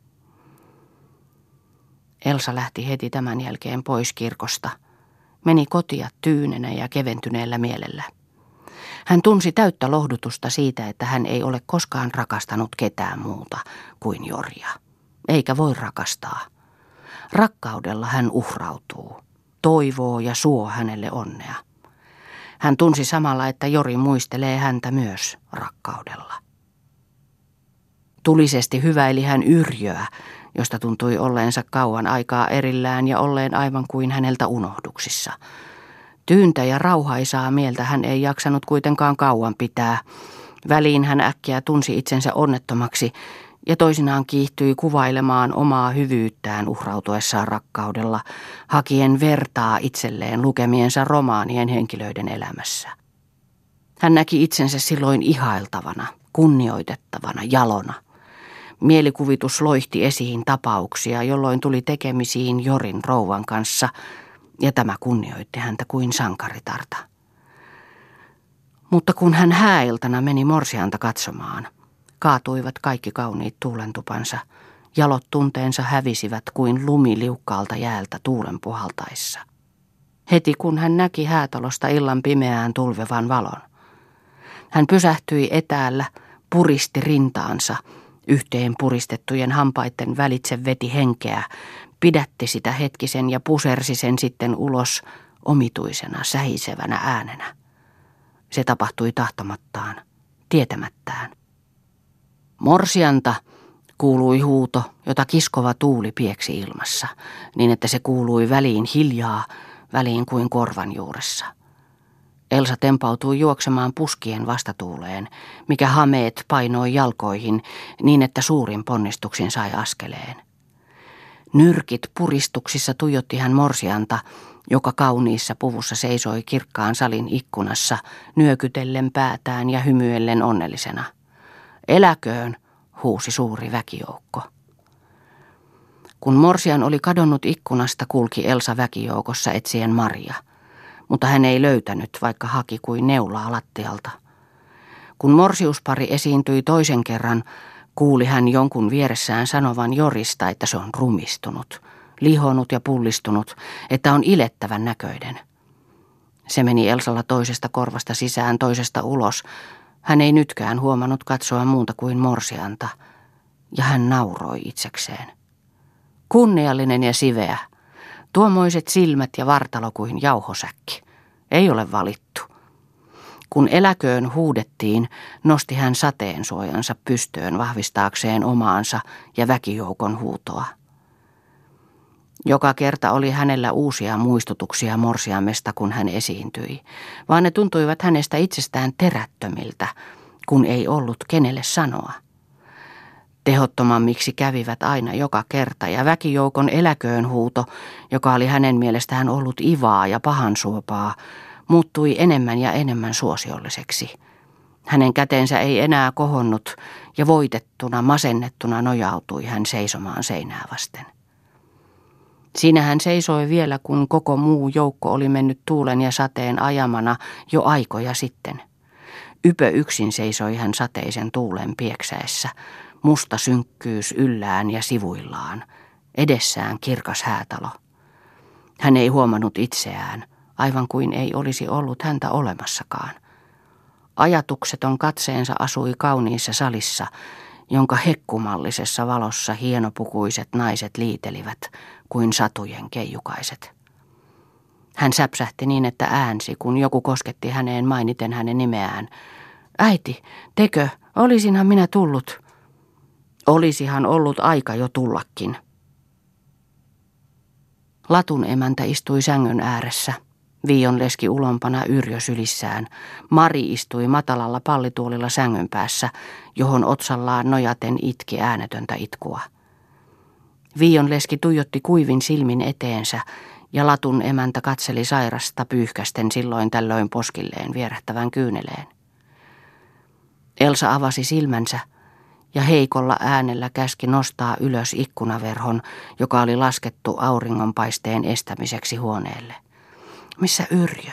Elsa lähti heti tämän jälkeen pois kirkosta. Meni kotia tyynenä ja keventyneellä mielellä. Hän tunsi täyttä lohdutusta siitä, että hän ei ole koskaan rakastanut ketään muuta kuin Joria. Eikä voi rakastaa. Rakkaudella hän uhrautuu, toivoo ja suo hänelle onnea. Hän tunsi samalla, että Jori muistelee häntä myös rakkaudella. Tulisesti hyväili hän Yrjöä, josta tuntui olleensa kauan aikaa erillään ja olleen aivan kuin häneltä unohduksissa. Tyyntä ja rauhaisaa mieltä hän ei jaksanut kuitenkaan kauan pitää. Väliin hän äkkiä tunsi itsensä onnettomaksi ja toisinaan kiihtyi kuvailemaan omaa hyvyyttään uhrautuessaan rakkaudella, hakien vertaa itselleen lukemiensa romaanien henkilöiden elämässä. Hän näki itsensä silloin ihailtavana, kunnioitettavana, jalona. Mielikuvitus loihti esiin tapauksia, jolloin tuli tekemisiin Jorin rouvan kanssa, ja tämä kunnioitti häntä kuin sankaritarta. Mutta kun hän hääiltana meni morsianta katsomaan, kaatuivat kaikki kauniit tuulentupansa, jalot tunteensa hävisivät kuin lumi liukkaalta jäältä tuulen puhaltaessa. Heti kun hän näki häätalosta illan pimeään tulvevan valon. Hän pysähtyi etäällä, puristi rintaansa, yhteen puristettujen hampaitten välitse veti henkeä, pidätti sitä hetkisen ja pusersi sen sitten ulos omituisena, sähisevänä äänenä. Se tapahtui tahtomattaan, tietämättään. Morsianta, kuului huuto, jota kiskova tuuli pieksi ilmassa, niin että se kuului väliin hiljaa, väliin kuin korvan juuressa. Elsa tempautui juoksemaan puskien vastatuuleen, mikä hameet painoi jalkoihin niin, että suurin ponnistuksin sai askeleen. Nyrkit puristuksissa tuijotti hän morsianta, joka kauniissa puvussa seisoi kirkkaan salin ikkunassa, nyökytellen päätään ja hymyellen onnellisena. Eläköön, huusi suuri väkijoukko. Kun morsian oli kadonnut ikkunasta, kulki Elsa väkijoukossa etsien Maria, mutta hän ei löytänyt, vaikka haki kuin neulaa lattialta. Kun morsiuspari esiintyi toisen kerran, kuuli hän jonkun vieressään sanovan Jorista, että se on rumistunut, lihonut ja pullistunut, että on ilettävän näköinen. Se meni Elsalla toisesta korvasta sisään, toisesta ulos. Hän ei nytkään huomannut katsoa muuta kuin morsianta, ja hän nauroi itsekseen. Kunniallinen ja siveä, tuommoiset silmät ja vartalo kuin jauhosäkki. Ei ole valittu. Kun eläköön huudettiin, nosti hän sateensuojansa pystöön vahvistaakseen omaansa ja väkijoukon huutoa. Joka kerta oli hänellä uusia muistutuksia morsiamesta, kun hän esiintyi, vaan ne tuntuivat hänestä itsestään terättömiltä, kun ei ollut kenelle sanoa. Tehottomammiksi kävivät aina joka kerta, ja väkijoukon eläköön huuto, joka oli hänen mielestään ollut ivaa ja pahansuopaa, muuttui enemmän ja enemmän suosiolliseksi. Hänen kätensä ei enää kohonnut, ja voitettuna, masennettuna nojautui hän seisomaan seinää vasten. Siinä hän seisoi vielä, kun koko muu joukko oli mennyt tuulen ja sateen ajamana jo aikoja sitten. Ypö yksin seisoi hän sateisen tuulen pieksäessä, musta synkkyys yllään ja sivuillaan, edessään kirkas häätalo. Hän ei huomannut itseään, aivan kuin ei olisi ollut häntä olemassakaan. Ajatukseton katseensa asui kauniissa salissa, jonka hekkumallisessa valossa hienopukuiset naiset liitelivät kuin satujen keijukaiset. Hän säpsähti niin, että äänsi, kun joku kosketti häneen mainiten hänen nimeään. Äiti, tekö, olisinhan minä tullut. Olisihan ollut aika jo tullakin. Latun emäntä istui sängyn ääressä. Viion leski ulompana Yrjö sylissään. Mari istui matalalla pallituolilla sängyn päässä, johon otsallaan nojaten itki äänetöntä itkua. Viion leski tuijotti kuivin silmin eteensä, ja latun emäntä katseli sairasta pyyhkästen silloin tällöin poskilleen vierähtävän kyyneleen. Elsa avasi silmänsä ja heikolla äänellä käski nostaa ylös ikkunaverhon, joka oli laskettu auringonpaisteen estämiseksi huoneelle. Missä Yrjö?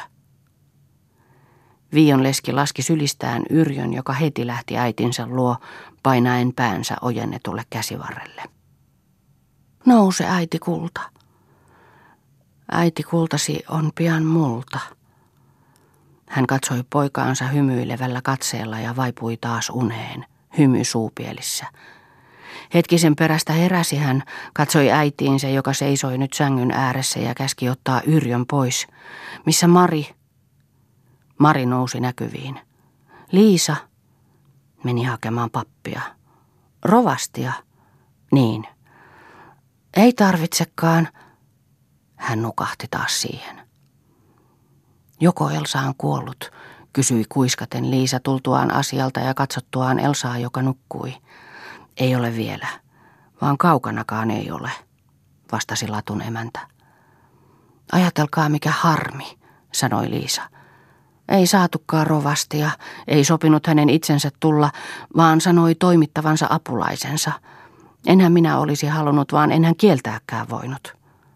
Viion leski laski sylistään Yrjön, joka heti lähti äitinsä luo painaen päänsä ojennetulle käsivarrelle. Nouse, äiti kulta. Äiti kultasi on pian multa. Hän katsoi poikaansa hymyilevällä katseella ja vaipui taas uneen, hymy suupielissä. Hetkisen perästä heräsi hän, katsoi äitiinsä, joka seisoi nyt sängyn ääressä ja käski ottaa Yrjön pois. Missä Mari? Mari nousi näkyviin. Liisa meni hakemaan pappia. Rovastia? Niin. Ei tarvitsekaan. Hän nukahti taas siihen. Joko Elsa on kuollut, kysyi kuiskaten Liisa tultuaan asialta ja katsottuaan Elsaa, joka nukkui. Ei ole vielä, vaan kaukanakaan ei ole, vastasi Latun emäntä. Ajatelkaa mikä harmi, sanoi Liisa. Ei saatukaan rovastia, ei sopinut hänen itsensä tulla, vaan sanoi toimittavansa apulaisensa. Enhän minä olisi halunnut, vaan enhän kieltääkään voinut.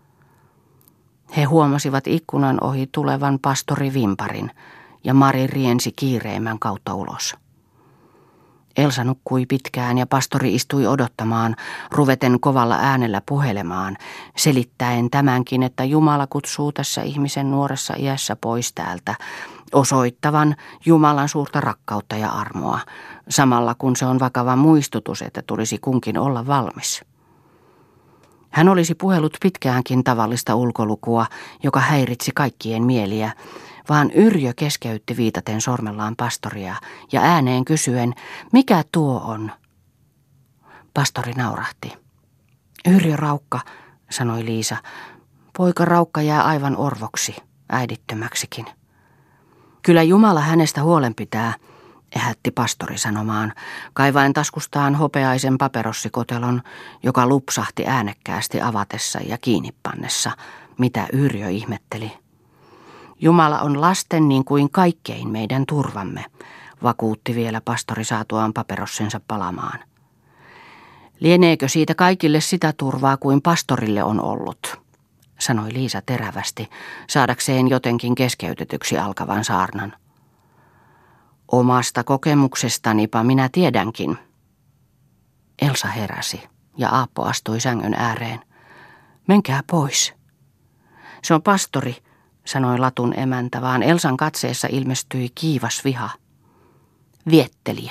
He huomasivat ikkunan ohi tulevan pastori Vimparin, ja Mari riensi kiireimmän kautta ulos. Elsa nukkui pitkään ja pastori istui odottamaan, ruveten kovalla äänellä puhelemaan, selittäen tämänkin, että Jumala kutsuu tässä ihmisen nuoressa iässä pois täältä, osoittavan Jumalan suurta rakkautta ja armoa, samalla kun se on vakava muistutus, että tulisi kunkin olla valmis. Hän olisi puhellut pitkäänkin tavallista ulkolukua, joka häiritsi kaikkien mieliä, vaan Yrjö keskeytti viitaten sormellaan pastoria ja ääneen kysyen, mikä tuo on? Pastori naurahti. Yrjö Raukka, sanoi Liisa. Poika Raukka jää aivan orvoksi, äidittömäksikin. Kyllä Jumala hänestä huolen pitää, ehätti pastori sanomaan, kaivaen taskustaan hopeaisen paperossikotelon, joka lupsahti äänekkäästi avatessa ja kiinnipannessa, mitä Yrjö ihmetteli. Jumala on lasten niin kuin kaikkein meidän turvamme, vakuutti vielä pastori saatuaan paperossensa palamaan. Lieneekö siitä kaikille sitä turvaa kuin pastorille on ollut, sanoi Liisa terävästi, saadakseen jotenkin keskeytetyksi alkavan saarnan. Omasta kokemuksestanipa minä tiedänkin. Elsa heräsi ja Aappo astui sängyn ääreen. Menkää pois. Se on pastori, sanoi Latun emäntä, vaan Elsan katseessa ilmestyi kiivas viha. Viettelijä.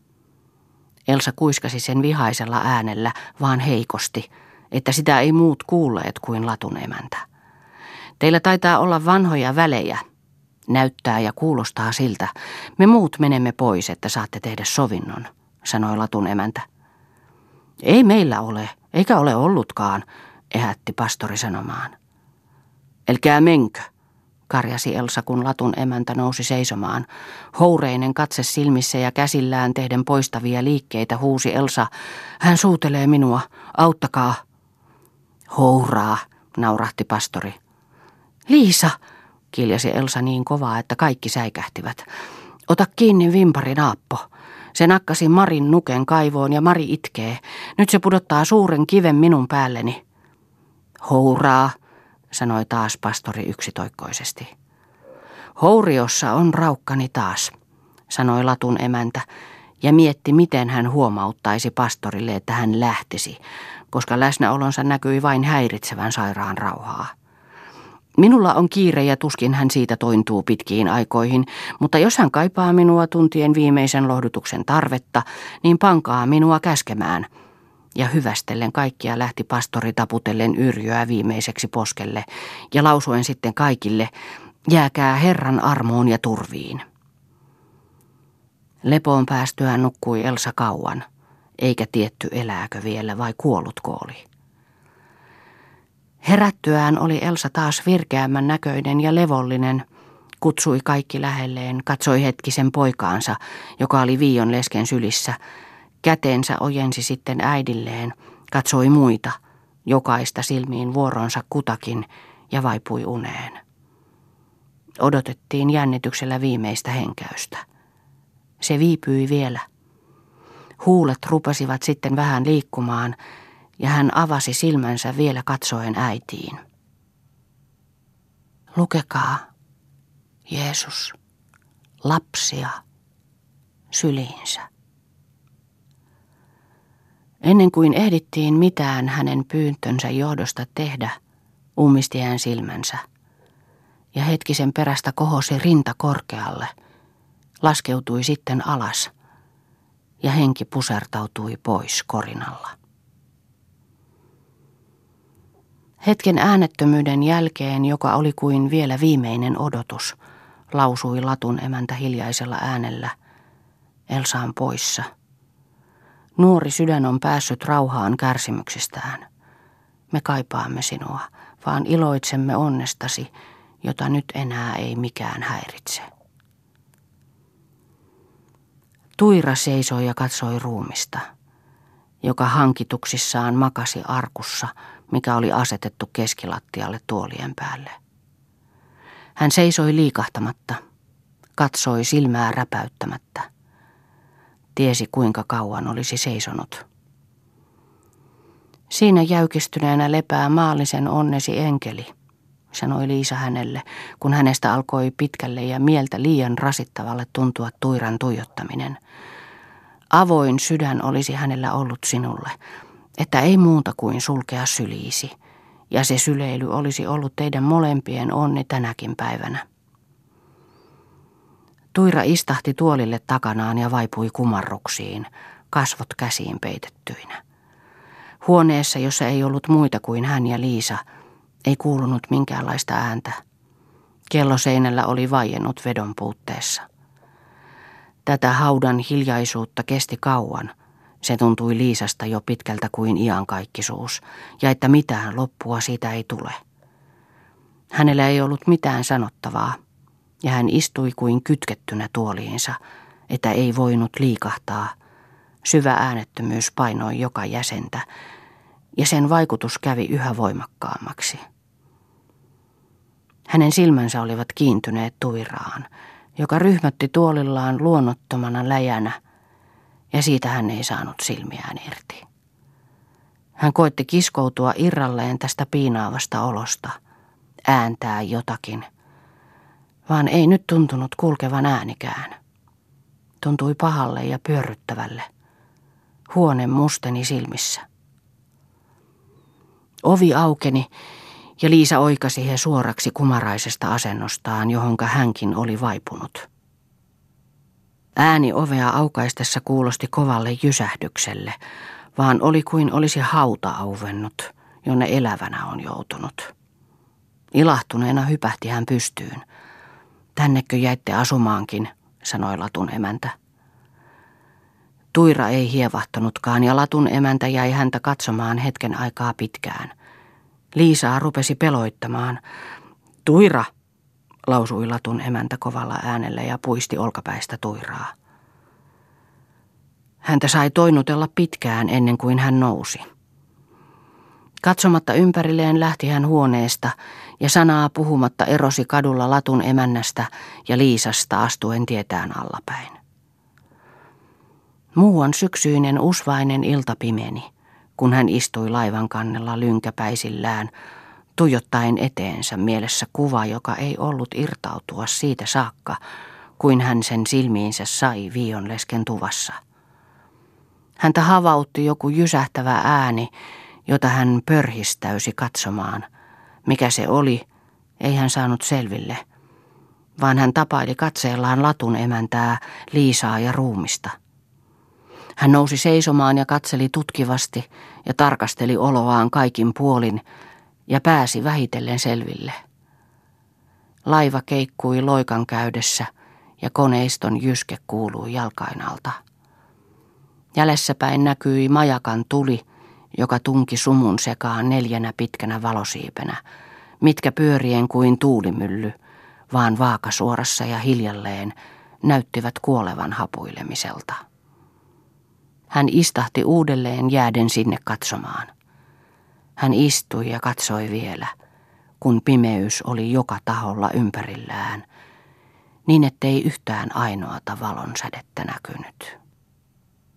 Elsa kuiskasi sen vihaisella äänellä, vaan heikosti, että sitä ei muut kuulleet kuin Latun emäntä. Teillä taitaa olla vanhoja välejä. Näyttää ja kuulostaa siltä. Me muut menemme pois, että saatte tehdä sovinnon, sanoi Latun emäntä. Ei meillä ole, eikä ole ollutkaan, ehätti pastori sanomaan. Älkää menkö, karjasi Elsa, kun Latun emäntä nousi seisomaan. Houreinen katse silmissä ja käsillään tehden poistavia liikkeitä huusi Elsa. Hän suutelee minua, auttakaa. Houraa, naurahti pastori. Liisa, kiljasi Elsa niin kovaa, että kaikki säikähtivät. Ota kiinni Vimparin, Aappo. Se nakkasi Marin nuken kaivoon ja Mari itkee. Nyt se pudottaa suuren kiven minun päälleni. Houraa, sanoi taas pastori yksitoikkoisesti. Houriossa on Raukkani taas, sanoi Latun emäntä ja mietti, miten hän huomauttaisi pastorille, että hän lähtisi, koska läsnäolonsa näkyi vain häiritsevän sairaan rauhaa. Minulla on kiire ja tuskin hän siitä tointuu pitkiin aikoihin, mutta jos hän kaipaa minua tuntien viimeisen lohdutuksen tarvetta, niin pankaa minua käskemään. Ja hyvästellen kaikkia lähti pastori taputellen Yrjöä viimeiseksi poskelle ja lausuen sitten kaikille, jääkää Herran armoon ja turviin. Lepoon päästyään nukkui Elsa kauan, eikä tietty elääkö vielä vai kuollutko oli. Herättyään oli Elsa taas virkeämmän näköinen ja levollinen, kutsui kaikki lähelleen, katsoi hetkisen poikaansa, joka oli Viion lesken sylissä, käteensä ojensi sitten äidilleen, katsoi muita, jokaista silmiin vuoronsa kutakin ja vaipui uneen. Odotettiin jännityksellä viimeistä henkäystä. Se viipyi vielä. Huulet rupesivat sitten vähän liikkumaan ja hän avasi silmänsä vielä katsoen äitiin. Lukekaa, Jeesus, lapsia syliinsä. Ennen kuin ehdittiin mitään hänen pyyntönsä johdosta tehdä, ummisti hän silmänsä ja hetkisen perästä kohosi rinta korkealle, laskeutui sitten alas ja henki pusertautui pois korinalla. Hetken äänettömyyden jälkeen, joka oli kuin vielä viimeinen odotus, lausui Latun emäntä hiljaisella äänellä, Elsa on poissa. Nuori sydän on päässyt rauhaan kärsimyksistään. Me kaipaamme sinua, vaan iloitsemme onnestasi, jota nyt enää ei mikään häiritse. Tuira seisoi ja katsoi ruumista. joka hankituksissaan makasi arkussa, mikä oli asetettu keskilattialle tuolien päälle. Hän seisoi liikahtamatta, katsoi silmää räpäyttämättä. Tiesi kuinka kauan olisi seisonut. Siinä jäykistyneenä lepää maallisen onnesi enkeli, sanoi Liisa hänelle, kun hänestä alkoi pitkälle ja mieltä liian rasittavalle tuntua Tuiran tuijottaminen. Avoin sydän olisi hänellä ollut sinulle, että ei muuta kuin sulkea syliisi, ja se syleily olisi ollut teidän molempien onni tänäkin päivänä. Tuira istahti tuolille takanaan ja vaipui kumarruksiin, kasvot käsiin peitettyinä. Huoneessa, jossa ei ollut muita kuin hän ja Liisa, ei kuulunut minkäänlaista ääntä. Kello seinällä oli vaiennut vedon puutteessa. Tätä haudan hiljaisuutta kesti kauan. Se tuntui Liisasta jo pitkältä kuin iankaikkisuus, ja että mitään loppua siitä ei tule. Hänellä ei ollut mitään sanottavaa, ja hän istui kuin kytkettynä tuoliinsa, että ei voinut liikahtaa. Syvä äänettömyys painoi joka jäsentä, ja sen vaikutus kävi yhä voimakkaammaksi. Hänen silmänsä olivat kiintyneet Tuiraan, joka ryhmätti tuolillaan luonnottomana läjänä, ja siitä hän ei saanut silmiään irti. Hän koetti kiskoutua irralleen tästä piinaavasta olosta, ääntää jotakin, vaan ei nyt tuntunut kulkevan äänikään. Tuntui pahalle ja pyörryttävälle. Huone musteni silmissä. Ovi aukeni ja Liisa oikasi he suoraksi kumaraisesta asennostaan, johonka hänkin oli vaipunut. Ääni ovea aukaistessa kuulosti kovalle jysähdykselle, vaan oli kuin olisi hauta auvennut, jonne elävänä on joutunut. Ilahtuneena hypähti hän pystyyn. Tännekö jäitte asumaankin, sanoi latun emäntä. Tuira ei hievahtanutkaan ja latun emäntä jäi häntä katsomaan hetken aikaa pitkään. Liisaa rupesi peloittamaan. Tuira, lausui latun emäntä kovalla äänellä ja puisti olkapäistä Tuiraa. Häntä sai toinutella pitkään ennen kuin hän nousi. Katsomatta ympärilleen lähti hän huoneesta ja sanaa puhumatta erosi kadulla latun emännästä ja Liisasta astuen tietään allapäin. Muuan syksyinen usvainen ilta pimeni, kun hän istui laivan kannella lynkäpäisillään, tuijottaen eteensä mielessä kuva, joka ei ollut irtautua siitä saakka, kuin hän sen silmiinsä sai Viionlesken tuvassa. Häntä havautti joku jysähtävä ääni, jota hän pörhistäysi katsomaan. Mikä se oli, ei hän saanut selville, vaan hän tapaili katseellaan latun emäntää, Liisaa ja ruumista. Hän nousi seisomaan ja katseli tutkivasti ja tarkasteli oloaan kaikin puolin ja pääsi vähitellen selville. Laiva keikkui loikan käydessä ja koneiston jyske kuului jalkainalta. Jäljessäpäin näkyi majakan tuli, joka tunki sumun sekaan 4 pitkänä valosiipenä, mitkä pyörien kuin tuulimylly, vaan vaakasuorassa ja hiljalleen näyttivät kuolevan hapuilemiselta. Hän istahti uudelleen jääden sinne katsomaan. Hän istui ja katsoi vielä, kun pimeys oli joka taholla ympärillään, niin ettei yhtään ainoata valon sädettä näkynyt.